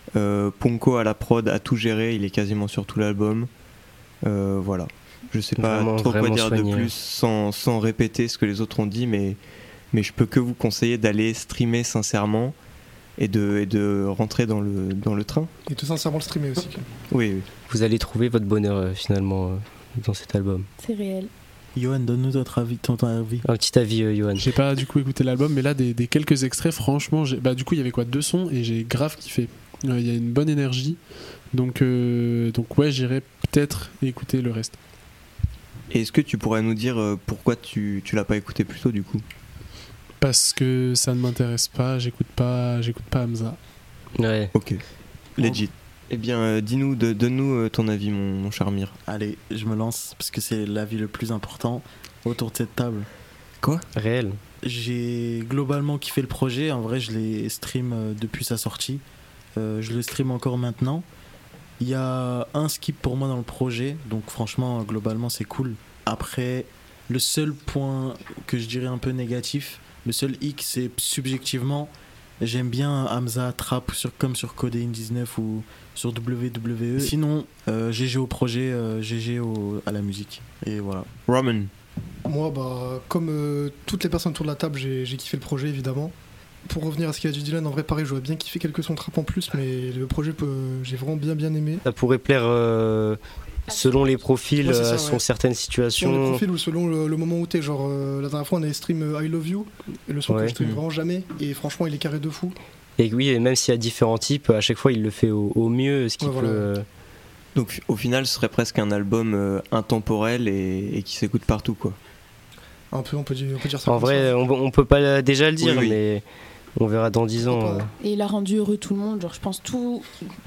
Ponko à la prod a tout géré, il est quasiment sur tout l'album. Voilà, je sais pas trop quoi dire soigné. De plus sans répéter ce que les autres ont dit, mais je peux que vous conseiller d'aller streamer sincèrement et de rentrer dans le train. Et tout sincèrement le streamer aussi. Oui. Vous allez trouver votre bonheur finalement dans cet album. C'est réel. Yoann, donne-nous ton avis. Un petit avis, Yoann. J'ai pas du coup écouté l'album, mais là, des quelques extraits, franchement, du coup, il y avait quoi, 2 sons, et j'ai grave kiffé. Il y a une bonne énergie, donc ouais, j'irai peut-être écouter le reste. Et est-ce que tu pourrais nous dire pourquoi tu l'as pas écouté plus tôt du coup ? Parce que ça ne m'intéresse pas, j'écoute pas Hamza. Ouais. Ok. Legit. Eh bien, donne-nous ton avis, mon cher Mir. Allez, je me lance, parce que c'est l'avis le plus important autour de cette table. Quoi ? Réel. J'ai globalement kiffé le projet, en vrai je l'ai stream depuis sa sortie. Je le stream encore maintenant. Il y a un skip pour moi dans le projet, donc franchement, globalement c'est cool. Après, le seul point que je dirais un peu négatif, le seul hic, c'est subjectivement, j'aime bien Hamza Trap comme sur Codeine 19 ou sur WWE. Sinon, GG au projet, GG à la musique. Et voilà. Roman. Moi, comme toutes les personnes autour de la table, j'ai kiffé le projet évidemment. Pour revenir à ce qu'il a dit Dylan, en vrai pareil, j'aurais bien kiffé quelques sons trap en plus, mais le projet j'ai vraiment bien aimé. Ça pourrait plaire selon les profils, selon certaines situations. Selon les profils ou selon le moment où t'es. Genre la dernière fois on avait stream I Love You, et le son que je stream vraiment jamais, et franchement il est carré de fou. Et oui, et même s'il y a différents types, à chaque fois il le fait au mieux, ce qui peut... Voilà. Donc au final ce serait presque un album intemporel et qui s'écoute partout quoi. Un peu, on peut dire ça. En vrai, on peut pas déjà le dire, oui. Mais on verra dans 10 ans. Et il a rendu heureux tout le monde, genre je pense tous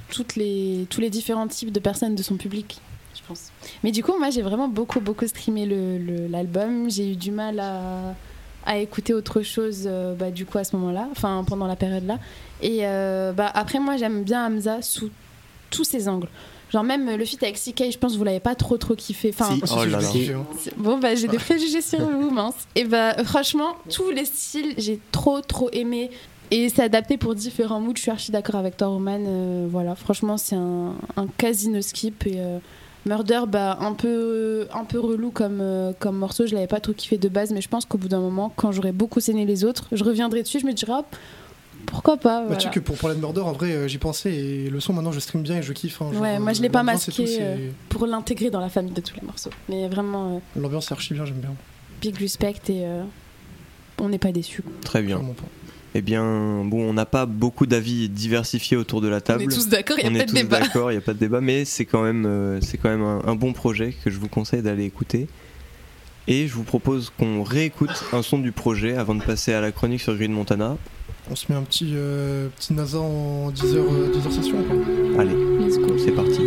les différents types de personnes de son public, je pense. Mais du coup, moi j'ai vraiment beaucoup streamé l'album, j'ai eu du mal à écouter autre chose du coup à ce moment-là, enfin pendant la période là. Et après moi j'aime bien Hamza sous tous ses angles. Genre même le feat avec CK, je pense que vous l'avez pas trop kiffé. Enfin, si. Oh là là. Bon bah j'ai des préjugés sur vous, mince. Et bah franchement, tous les styles, j'ai trop aimé. Et c'est adapté pour différents moods. Je suis archi d'accord avec toi, Roman. Voilà, franchement, c'est un quasi no skip. Et Murder, bah un peu relou comme morceau. Je l'avais pas trop kiffé de base, mais je pense qu'au bout d'un moment, quand j'aurai beaucoup saigné les autres, je reviendrai dessus. Je me dirai, pourquoi pas. Voilà. Tu sais que pour parler de Murder, en vrai, j'y pensais et le son maintenant je stream bien et je kiffe. Hein, ouais, moi je l'ai pas masqué pour l'intégrer dans la famille de tous les morceaux. Mais vraiment. L'ambiance est archi bien, j'aime bien. Big respect et on n'est pas déçus. Très bien. Eh bien, bon, on n'a pas beaucoup d'avis diversifiés autour de la table. On est tous d'accord, il n'y a pas de débat, mais c'est quand même un bon projet que je vous conseille d'aller écouter. Et je vous propose qu'on réécoute un son du projet avant de passer à la chronique sur Green Montana. On se met un petit NASA en 10h session. Quoi. Allez, c'est parti.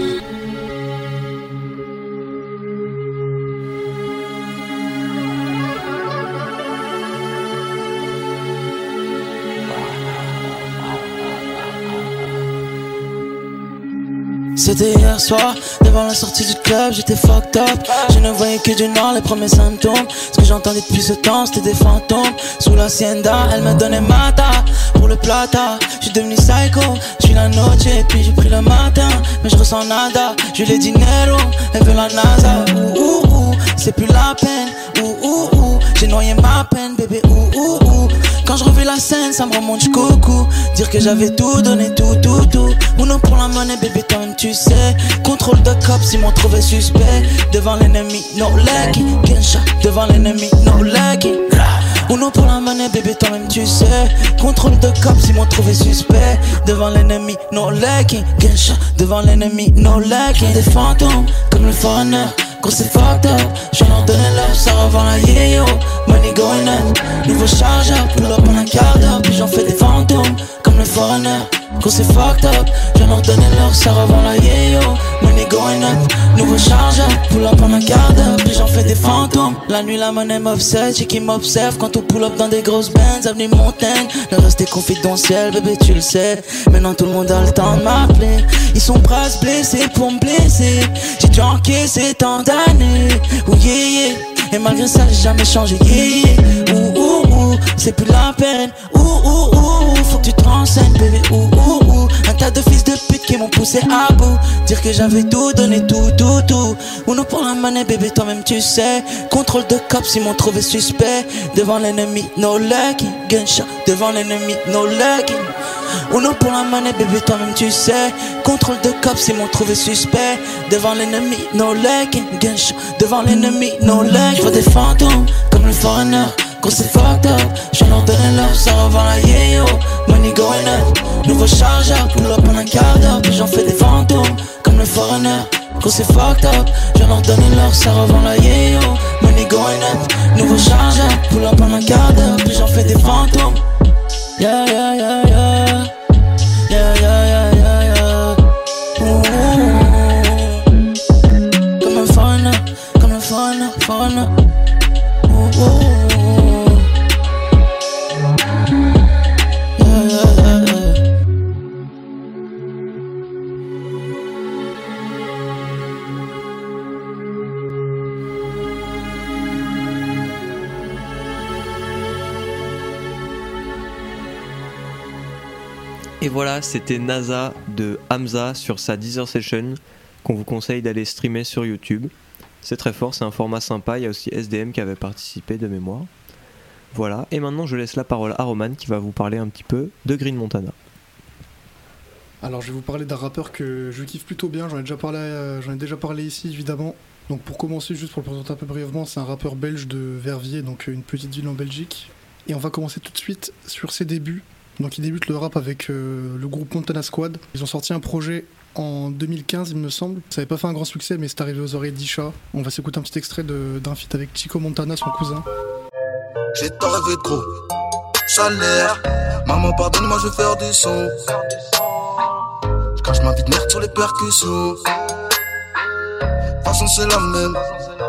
C'était hier soir, devant la sortie du club, j'étais fucked up. Je ne voyais que du noir, les premiers symptômes. Ce que j'entendais depuis ce temps, c'était des fantômes. Sous l'hacienda, elle me donnait mata pour le plata. J'suis devenu psycho, j'suis la noche et puis j'ai pris le matin. Mais je ressens nada, je lui ai dit dinero, elle veut la NASA. C'est plus la peine, j'ai noyé ma peine, bébé, Quand je revis la scène, ça me remonte jusqu'au cou. Dire que j'avais tout donné, tout. Uno pour la monnaie, bébé, toi-même tu sais. Contrôle de cops, ils m'ont trouvé suspect. Devant l'ennemi, no lucky. Gunshot, devant l'ennemi, no lucky. Uno pour la monnaie, bébé, toi-même tu sais. Contrôle de cops, ils m'ont trouvé suspect. Devant l'ennemi, no lucky. Gunshot, devant l'ennemi, no lucky. Des fantômes, comme le foreigner. Gros c'est fucked up, je leur donnais l'heure, ça revend la yéyo. Money going up, nouveau chargeur, pull up en un quart d'heure, puis j'en fais des fantômes, comme le foreigner. Gros c'est fucked up, je leur donnais l'heure, ça revend la yéyo. Money going up, nouveau chargeur, pull up en un quart d'heure, puis j'en fais des fantômes. La nuit la monnaie m'obsède, j'ai qui m'observe quand on pull up dans des grosses Benz, avenue Montaigne. Le reste est confidentiel, bébé tu le sais. Maintenant tout le monde a le temps de m'appeler. Ils sont prêts à se blesser pour me blesser. J'ai dû encaisser tant d'années, yeah. Et malgré ça j'ai jamais changé, yeah. C'est plus la peine, faut que tu te renseignes, bébé, Un tas de fils de pute qui m'ont poussé à bout. Dire que j'avais tout donné, tout. Uno pour la monnaie, bébé, toi-même tu sais. Contrôle de cops, ils m'ont trouvé suspect. Devant l'ennemi, no lucky. Gunshot, devant l'ennemi, no lucky. Uno pour la monnaie, bébé, toi-même tu sais. Contrôle de cops, ils m'ont trouvé suspect. Devant l'ennemi, no lucky. Gunshot, devant l'ennemi, no lucky. Je vois des fantômes, comme le foreigner. Gros c'est fucked up, je leur donnais l'heure, ça revend la yéyo. Money going up, nouveau chargeur, pull up en un quart d'heure, puis j'en fais des fantômes, comme le foreigner. Gros c'est fucked up, je leur donnais l'heure, ça revend la yéyo. Money going up, nouveau chargeur, pull up en un quart d'heure, puis j'en fais des fantômes. Yeah. Comme un foreigner. Et voilà, c'était NASA de Hamza sur sa Deezer Session qu'on vous conseille d'aller streamer sur YouTube. C'est très fort, c'est un format sympa. Il y a aussi SDM qui avait participé de mémoire. Voilà, et maintenant je laisse la parole à Roman qui va vous parler un petit peu de Green Montana. Alors je vais vous parler d'un rappeur que je kiffe plutôt bien, j'en ai déjà parlé ici évidemment. Donc pour commencer, juste pour le présenter un peu brièvement, c'est un rappeur belge de Verviers, donc une petite ville en Belgique. Et on va commencer tout de suite sur ses débuts. Donc il débute le rap avec le groupe Montana Squad. Ils ont sorti un projet en 2015 il me semble. Ça n'avait pas fait un grand succès mais c'est arrivé aux oreilles d'Isha. On va s'écouter un petit extrait d'un feat avec Chico Montana, son cousin. J'ai tant rêvé de gros salaire. Maman pardonne-moi, je vais faire du son. Je cache ma vie de merde sur les percussions. De toute façon c'est la même.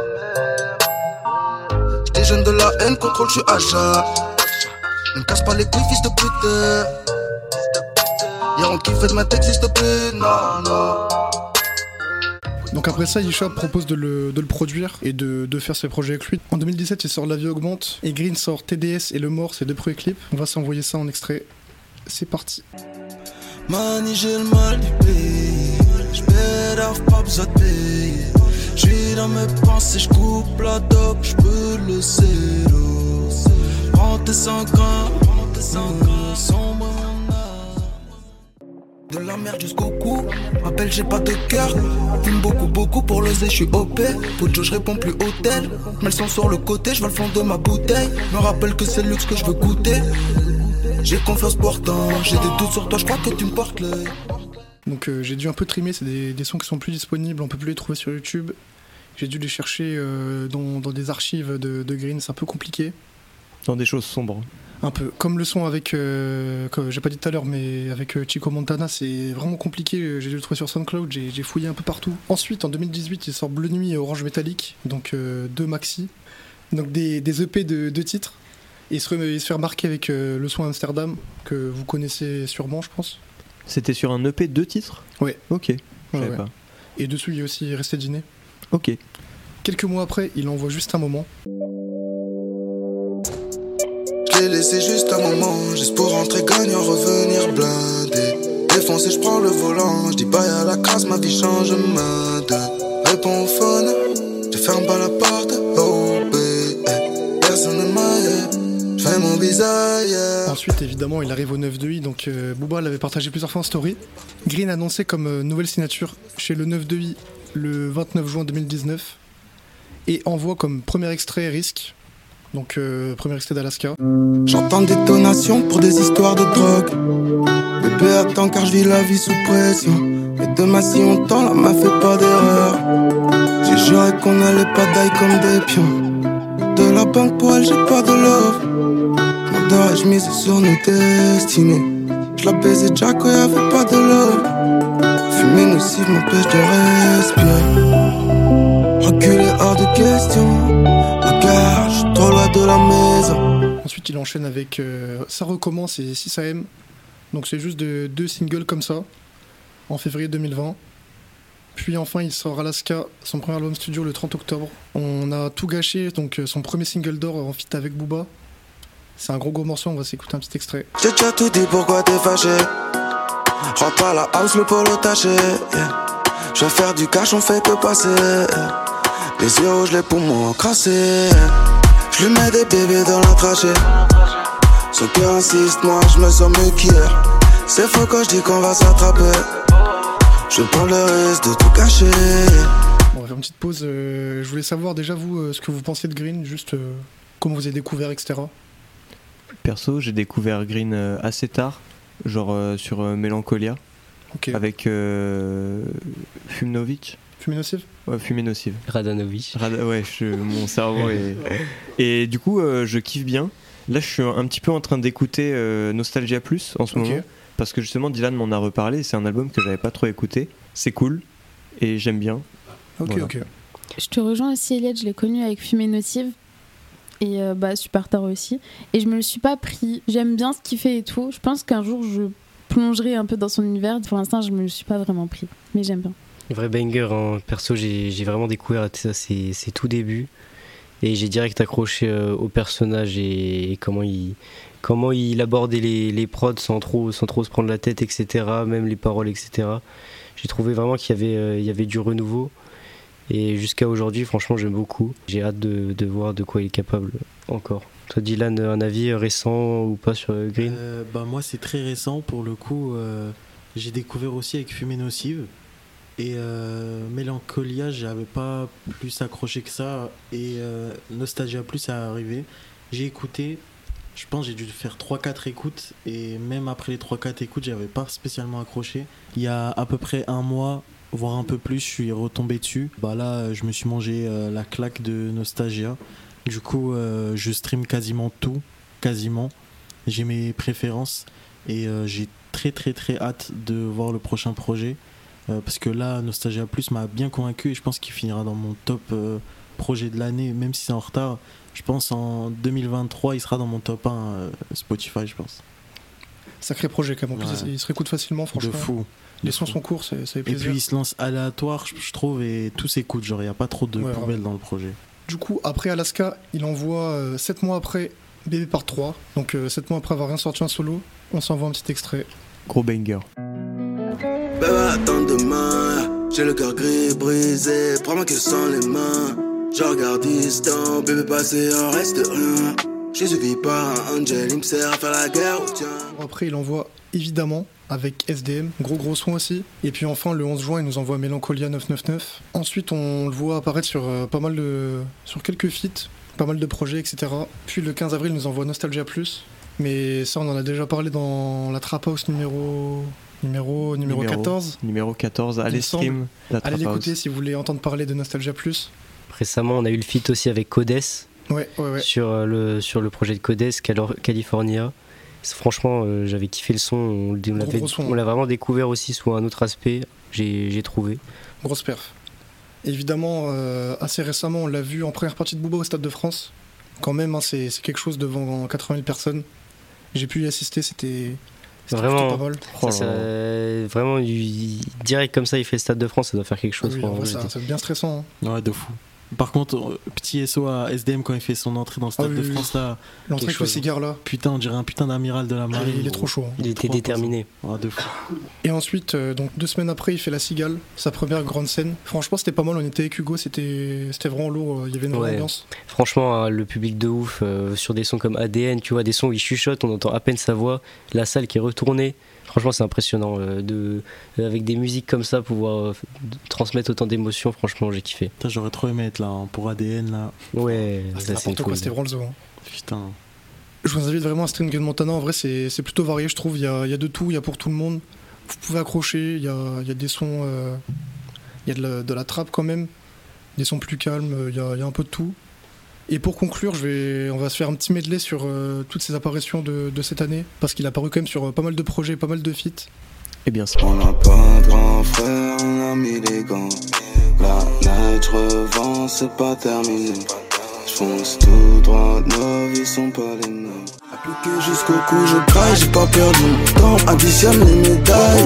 J'étais jeune de la haine, contrôle, je suis agent. Ne me casse pas les couilles, fils de pute. Y'a on kiffe de ma tête, s'il te plaît, non. Donc après ça, Isha propose de le produire et de faire ses projets avec lui. En 2017, il sort La vie augmente et Green sort TDS et Le Mort, ses 2 premiers clips. On va s'envoyer ça en extrait. C'est parti. Mani, j'ai le mal du pays. J'pède, pas besoin de payer. J'suis dans mes pensées, j'coupe la dope, j'peux le zéro. Prends tes 5 ans, sombre mon âme. De la merde jusqu'au cou, m'appelle j'ai pas de cœur. Fume beaucoup pour le zé, j'suis OP. Pojo, j'réponds plus hôtel. Mets le son sur le côté, j'vois le fond de ma bouteille. Me rappelle que c'est le luxe que j'veux goûter. J'ai confiance pourtant, j'ai des doutes sur toi, j'crois que tu me portes l'œil. Donc j'ai dû un peu trimer, c'est des sons qui sont plus disponibles, on peut plus les trouver sur YouTube. J'ai dû les chercher dans des archives de Green, c'est un peu compliqué. Dans des choses sombres. Un peu, comme le son avec, que j'ai pas dit tout à l'heure, mais avec Chico Montana, c'est vraiment compliqué, j'ai dû le trouver sur SoundCloud, j'ai fouillé un peu partout. Ensuite, en 2018, il sort Bleu Nuit et Orange Métallique, donc 2 maxi, donc des EP de 2 titres. Et il se fait remarquer avec le son Amsterdam, que vous connaissez sûrement, je pense. C'était sur un EP 2 titres ? Ouais. Ok, je savais pas. Et dessus, il y a aussi Resté dîner. Ok. Quelques mois après, il envoie Juste un moment. Je l'ai laissé juste un moment, juste pour rentrer gagnant, revenir blindé. Défoncé, je prends le volant, je dis bye à la crasse, ma vie change main de. Réponds au phone, je ferme pas la porte, oh baby. Personne ne m'aille, je fais mon bizarre, yeah. Ensuite, évidemment, il arrive au 9 de I, donc Booba l'avait partagé plusieurs fois en story. Green annoncé comme nouvelle signature chez le 9 de I le 29 juin 2019 et envoie comme premier extrait Risque. Donc premier extrait d'Alaska. J'entends des donations pour des histoires de drogue. Bébé attends car je vis la vie sous pression. Mais demain si on tend la main fait pas d'erreur. J'ai juré qu'on allait pas d'ail comme des pions. De la banque pour elle j'ai pas de love. M'adore et je mise sur nos destinées. Je la baisais déjà quand y'avait pas de love. Fumer nocif m'empêche de respirer. Reculer hors de question. Regarde, j'suis trop loin de la maison. Ensuite, il enchaîne avec Ça recommence et 6 AM. Donc, c'est juste 2 singles comme ça, en février 2020. Puis enfin, il sort Alaska, son premier album studio le 30 octobre. On a tout gâché, donc son premier single d'or en feat avec Booba. C'est un gros morceau, on va s'écouter un petit extrait. J'ai déjà tout dit, pourquoi t'es fâché? Rentre pas à la house, le polo taché. Yeah. Je vais faire du cash, on fait que passer. Yeah. Les yeux rouges, les poumons crassés. Je lui mets des bébés dans la trachée. Son cœur insiste, moi je me sens mieux qu'hier. C'est faux quand je dis qu'on va s'attraper. Je prends le risque de tout cacher. On va faire une petite pause. Je voulais savoir déjà vous ce que vous pensiez de Green, juste comment vous avez découvert, etc. Perso, j'ai découvert Green assez tard, genre sur Mélancolia, okay. Avec Fumnovic. Fumée nocive ? Ouais, Fumée nocive. Radanovic. Ouais, mon cerveau est... Et du coup, je kiffe bien. Là, je suis un petit peu en train d'écouter Nostalgia Plus en ce moment. Parce que justement, Dylan m'en a reparlé. C'est un album que j'avais pas trop écouté. C'est cool. Et j'aime bien. Ok. Je te rejoins aussi, Elliot. Je l'ai connu avec Fumée nocive. Et super tard aussi. Et je me le suis pas pris. J'aime bien ce qu'il fait et tout. Je pense qu'un jour, je plongerai un peu dans son univers. Pour l'instant, je me le suis pas vraiment pris. Mais j'aime bien. Vrai banger, hein. Perso j'ai vraiment découvert ça, c'est tout début et j'ai direct accroché au personnage et comment il abordait les prods sans trop se prendre la tête, etc. Même les paroles, etc. J'ai trouvé vraiment qu'il y avait du renouveau et jusqu'à aujourd'hui franchement j'aime beaucoup. J'ai hâte de voir de quoi il est capable encore. Toi Dylan, un avis récent ou pas sur Green? Moi c'est très récent pour le coup. J'ai découvert aussi avec Fumée nocive. Et Mélancolia, j'avais pas plus accroché que ça. Et Nostalgia Plus est arrivé. J'ai écouté, je pense j'ai dû faire 3-4 écoutes. Et même après les 3-4 écoutes, j'avais pas spécialement accroché. Il y a à peu près un mois, voire un peu plus, je suis retombé dessus. Là, je me suis mangé la claque de Nostalgia. Du coup, je stream quasiment tout. J'ai mes préférences. Et j'ai très très très hâte de voir le prochain projet. Parce que là, Nostalgia Plus m'a bien convaincu et je pense qu'il finira dans mon top projet de l'année, même si c'est en retard. Je pense en 2023, il sera dans mon top 1 Spotify, je pense. Sacré projet quand même. En plus, il se réécoute facilement, franchement. De fou. Les sons sont courts, ça fait plaisir. Et puis il se lance aléatoire, je trouve, et tout s'écoute. Genre, il n'y a pas trop de poubelles dans le projet. Du coup, après Alaska, il envoie 7 mois après Bébé Part 3. Donc 7 mois après avoir rien sorti en solo, on s'envoie un petit extrait. Gros banger. Bébé, attends demain, j'ai le cœur gris brisé, prends-moi que sans les mains. Je regarde distant, bébé passé, en reste rien. Je suivi par un angel, il me sert à faire la guerre, tiens. Après, il envoie évidemment avec SDM, gros son aussi. Et puis enfin, le 11 juin, il nous envoie Mélancolia 999. Ensuite, on le voit apparaître sur sur quelques feats, pas mal de projets, etc. Puis le 15 avril, il nous envoie Nostalgia Plus. Mais ça, on en a déjà parlé dans la Trap House numéro 14. Numéro 14, allez stream la Trap Allez l'écouter House. si vous voulez entendre parler de Nostalgia Plus. Récemment, on a eu le feat aussi avec Codes. Ouais. Sur le projet de Codes, California. Franchement, j'avais kiffé le son. On l'a vraiment découvert aussi sous un autre aspect. J'ai trouvé. Grosse perf. Évidemment, assez récemment, on l'a vu en première partie de Booba au Stade de France. Quand même, hein, c'est quelque chose devant 80 000 personnes. J'ai pu y assister, c'était vraiment pas mal. Vraiment, direct comme ça, il fait le Stade de France, ça doit faire quelque chose. Oui, en vrai, c'est bien stressant. Hein. Ouais, de fou. Par contre, petit SO à SDM quand il fait son entrée dans le Stade de France là. L'entrée avec le cigare là. Putain, on dirait un putain d'amiral de la marine. Il est trop chaud. Hein. Il était déterminé. Ouais, de fou. Et ensuite, donc 2 semaines après, il fait La Cigale, sa première grande scène. Franchement, c'était pas mal. On était avec Hugo, c'était vraiment lourd. Il y avait une vraie ambiance. Franchement, hein, le public de ouf sur des sons comme ADN, tu vois, des sons où il chuchote, on entend à peine sa voix, la salle qui est retournée. Franchement, c'est impressionnant avec des musiques comme ça pouvoir transmettre autant d'émotions. Franchement, j'ai kiffé. Putain, j'aurais trop aimé être là pour ADN là. Ouais, c'est n'importe quoi, c'était vraiment le zoo. Hein. Putain. Je vous invite vraiment à stream Gun Montana. En vrai, c'est plutôt varié, je trouve. Il y a de tout, il y a pour tout le monde. Vous pouvez accrocher. Il y a des sons, il y a de la trappe quand même, des sons plus calmes. Il y a un peu de tout. Et pour conclure, on va se faire un petit medley sur toutes ces apparitions de cette année, parce qu'il a apparu quand même sur pas mal de projets, pas mal de feats. Et bien on n'a pas un grand frère, on a mis des gants. La night, je revends, c'est pas terminé. J'fonce tout droit, nos vies sont pas les mêmes. Appliqué jusqu'au cou, je craille, j'ai pas perdu mon temps. Additionne les médailles.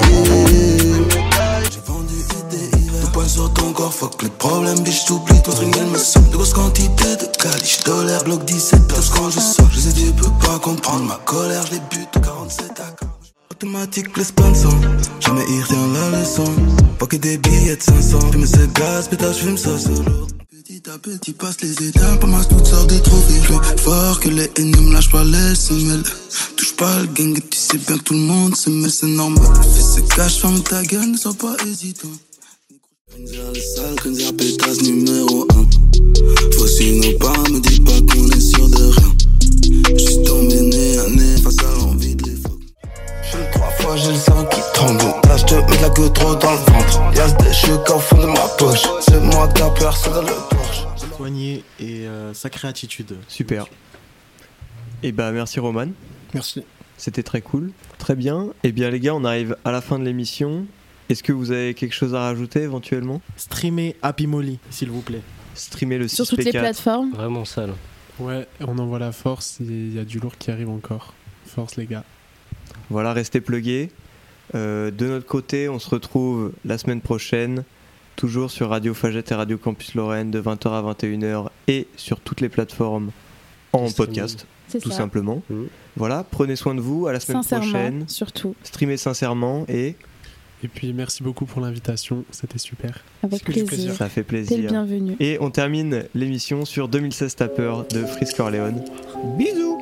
Point sur ton corps, fuck les problèmes, bitch, t'oublies, ton string elle me semble de grosse quantité de caliche, dollars, bloc 17, tous quand je sors, je sais, tu peux pas comprendre ma colère, je les bute, 47 à 40. Automatique, les sponsors, jamais il retient la leçon, pas que des billets de 500, fume ce gaz, pétage, fume ça solo. Petit à petit passe les étapes, pas mal toutes sortes de trophées, plus fort que les ennemis, me lâche pas les semelles, touche pas le gang, tu sais bien que tout le monde se mêle, c'est normal, le fils se cache, ferme ta gueule, ne sois pas hésitant. Kunzer le sale, Kunzer pétasse numéro 1. Faut suivre nos pas, me dis pas qu'on est sûr de rien. J'suis tombé nez à nez face à l'envie de les fuck. J'fume 3 fois, j'ai le cerveau qui tremble. Là j'te mets de la queue trop dans le ventre. Y'a ce déchets qu'au fond de ma poche. C'est moi qui a personne dans le Porsche. Soigné et sacrée attitude. Super. Et bah merci Roman. Merci. C'était très cool. Très bien. Et bien les gars, on arrive à la fin de l'émission. Est-ce que vous avez quelque chose à rajouter éventuellement ? Streamer Happy Molly, s'il vous plaît. Streamer le 6P4. Sur toutes les plateformes. Vraiment sale. Ouais, on envoie la force, il y a du lourd qui arrive encore. Force les gars. Voilà, restez plugués. De notre côté, on se retrouve la semaine prochaine, toujours sur Radio Fagette et Radio Campus Lorraine de 20h à 21h et sur toutes les plateformes en podcast, tout simplement. Voilà, prenez soin de vous, à la semaine prochaine. Surtout. Streamez sincèrement et puis merci beaucoup pour l'invitation, c'était super. Avec plaisir. Ça fait plaisir. T'es le bienvenu. Et on termine l'émission sur 2016 Tapper de Freeze Corleone. Bisous.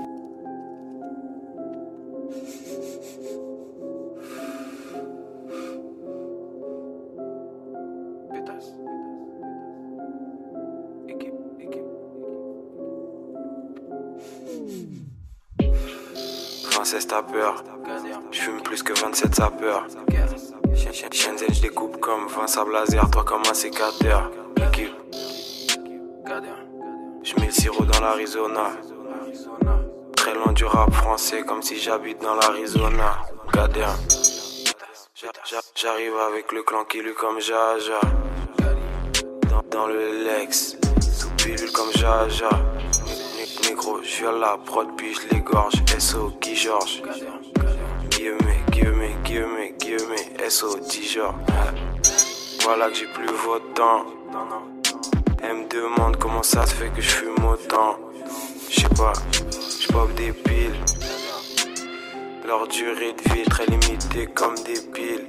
Princesse Tapper, j'fume plus que 27 sapeurs. Shenzhen, j'découpe comme 20 sables laser, toi comme un sécateur. J'mets le sirop dans l'Arizona. Très loin du rap français, comme si j'habite dans l'Arizona. J'arrive avec le clan qui lui comme Jaja. Dans le Lex, sous pilule comme Jaja. Négro, j'suis à la prod puis j'l'égorge. SO qui George. guillemets, SO 10 jours. Voilà que j'ai plus votre temps. Elle me demande comment ça se fait que je fume autant. J'sais pas, j'pop des piles. Leur durée de vie est très limitée comme des piles.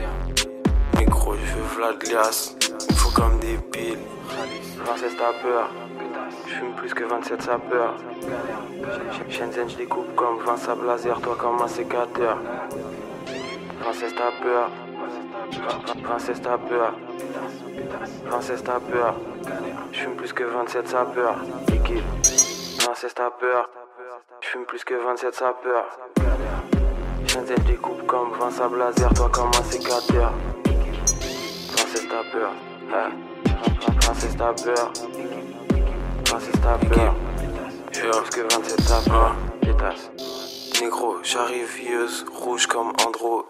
Négro, je veux Vlad Lias, il faut comme des piles. 26 tapeurs, j'fume plus que 27 sapeurs. Shenzhen, j'découpe comme 20 sables laser, toi comme un sécateur. 26 tapeurs, 26 tapeurs, 26 tapeurs. J'fume plus que 27 sapeurs. Équipe, 26 tapeurs, j'fume plus que 27 sapeurs. Shenzhen, j'découpe comme 20 sables laser, toi comme un sécateur. 26 tapeurs, 26 tapeurs, 26 tapeurs. J'fume plus que 27 sapeurs. Pétasse. Négro, j'arrive vieuse, rouge comme Android.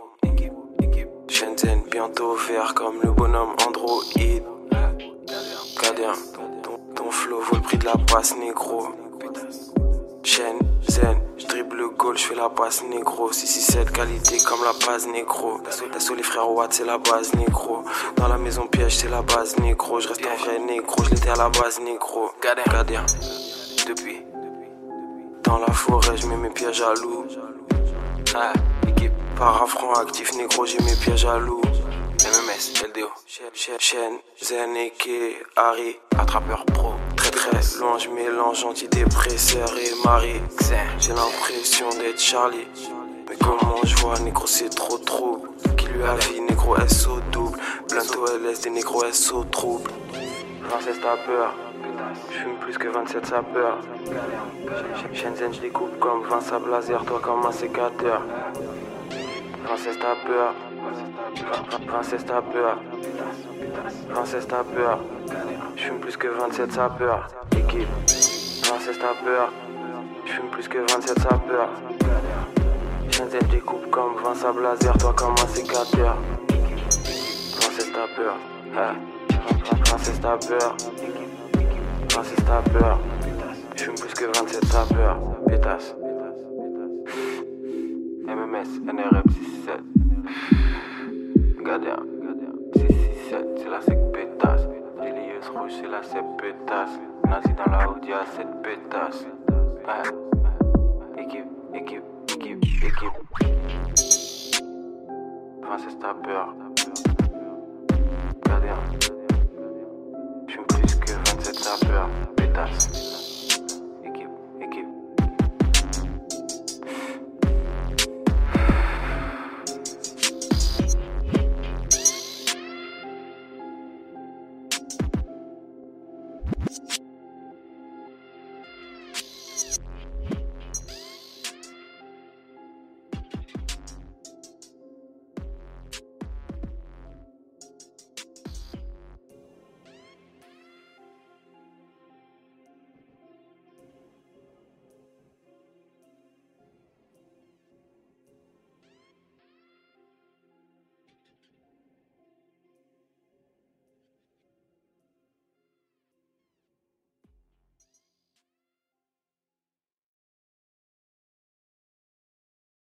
Shenzhen, bientôt vert comme le bonhomme Android. Cadien, ton flow vaut le prix de la passe, négro. Shenzhen, j'dribble le goal, j'fais la passe, négro. 667 qualité comme la base, négro. D'assaut les frères Watt, c'est la base, négro. Dans la maison piège, c'est la base, négro. J'reste en vrai, négro, j'létais à la base, négro. Cadien, depuis. Dans la forêt, j'mets mes pièges à loup. Équipe parafront actif, négro, j'ai mes pièges à loup. MMS, LDO, Shenzhen, Eke, Harry, attrapeur pro. Très loin, j'mélange antidépresseur et Marie. J'ai l'impression d'être Charlie. Mais comment je vois, négro, c'est trop trouble. Qui lui a vie, négro, SO double. Bientôt LSD, négro, SO trouble. 26 tapeurs. J'fume plus que 27 sapeurs. Shenzhen, j'découpe comme 20 sables laser, toi comme un sécateur. 26 tapeurs, 26 tapeurs, 26 tapeurs. J'fume plus que 27 sapeurs. Équipe, 26 tapeurs. J'fume plus que 27 sapeurs. Shenzhen, j'découpe comme 20 sables laser, toi comme un sécateur. 26 tapeurs, 26 tapeurs. 26 tapeurs, j'fume plus que 27 sapeurs, pétasse. MMS, NRM 667. Gardien, 667, c'est la sec pétasse. Délieuse rouge, c'est la sec pétasse. Nazi dans la Audi à 7 pétasse. Équipe. 26 tapeurs. Gardien. J'fume plus que 27 sapeurs, pétasse.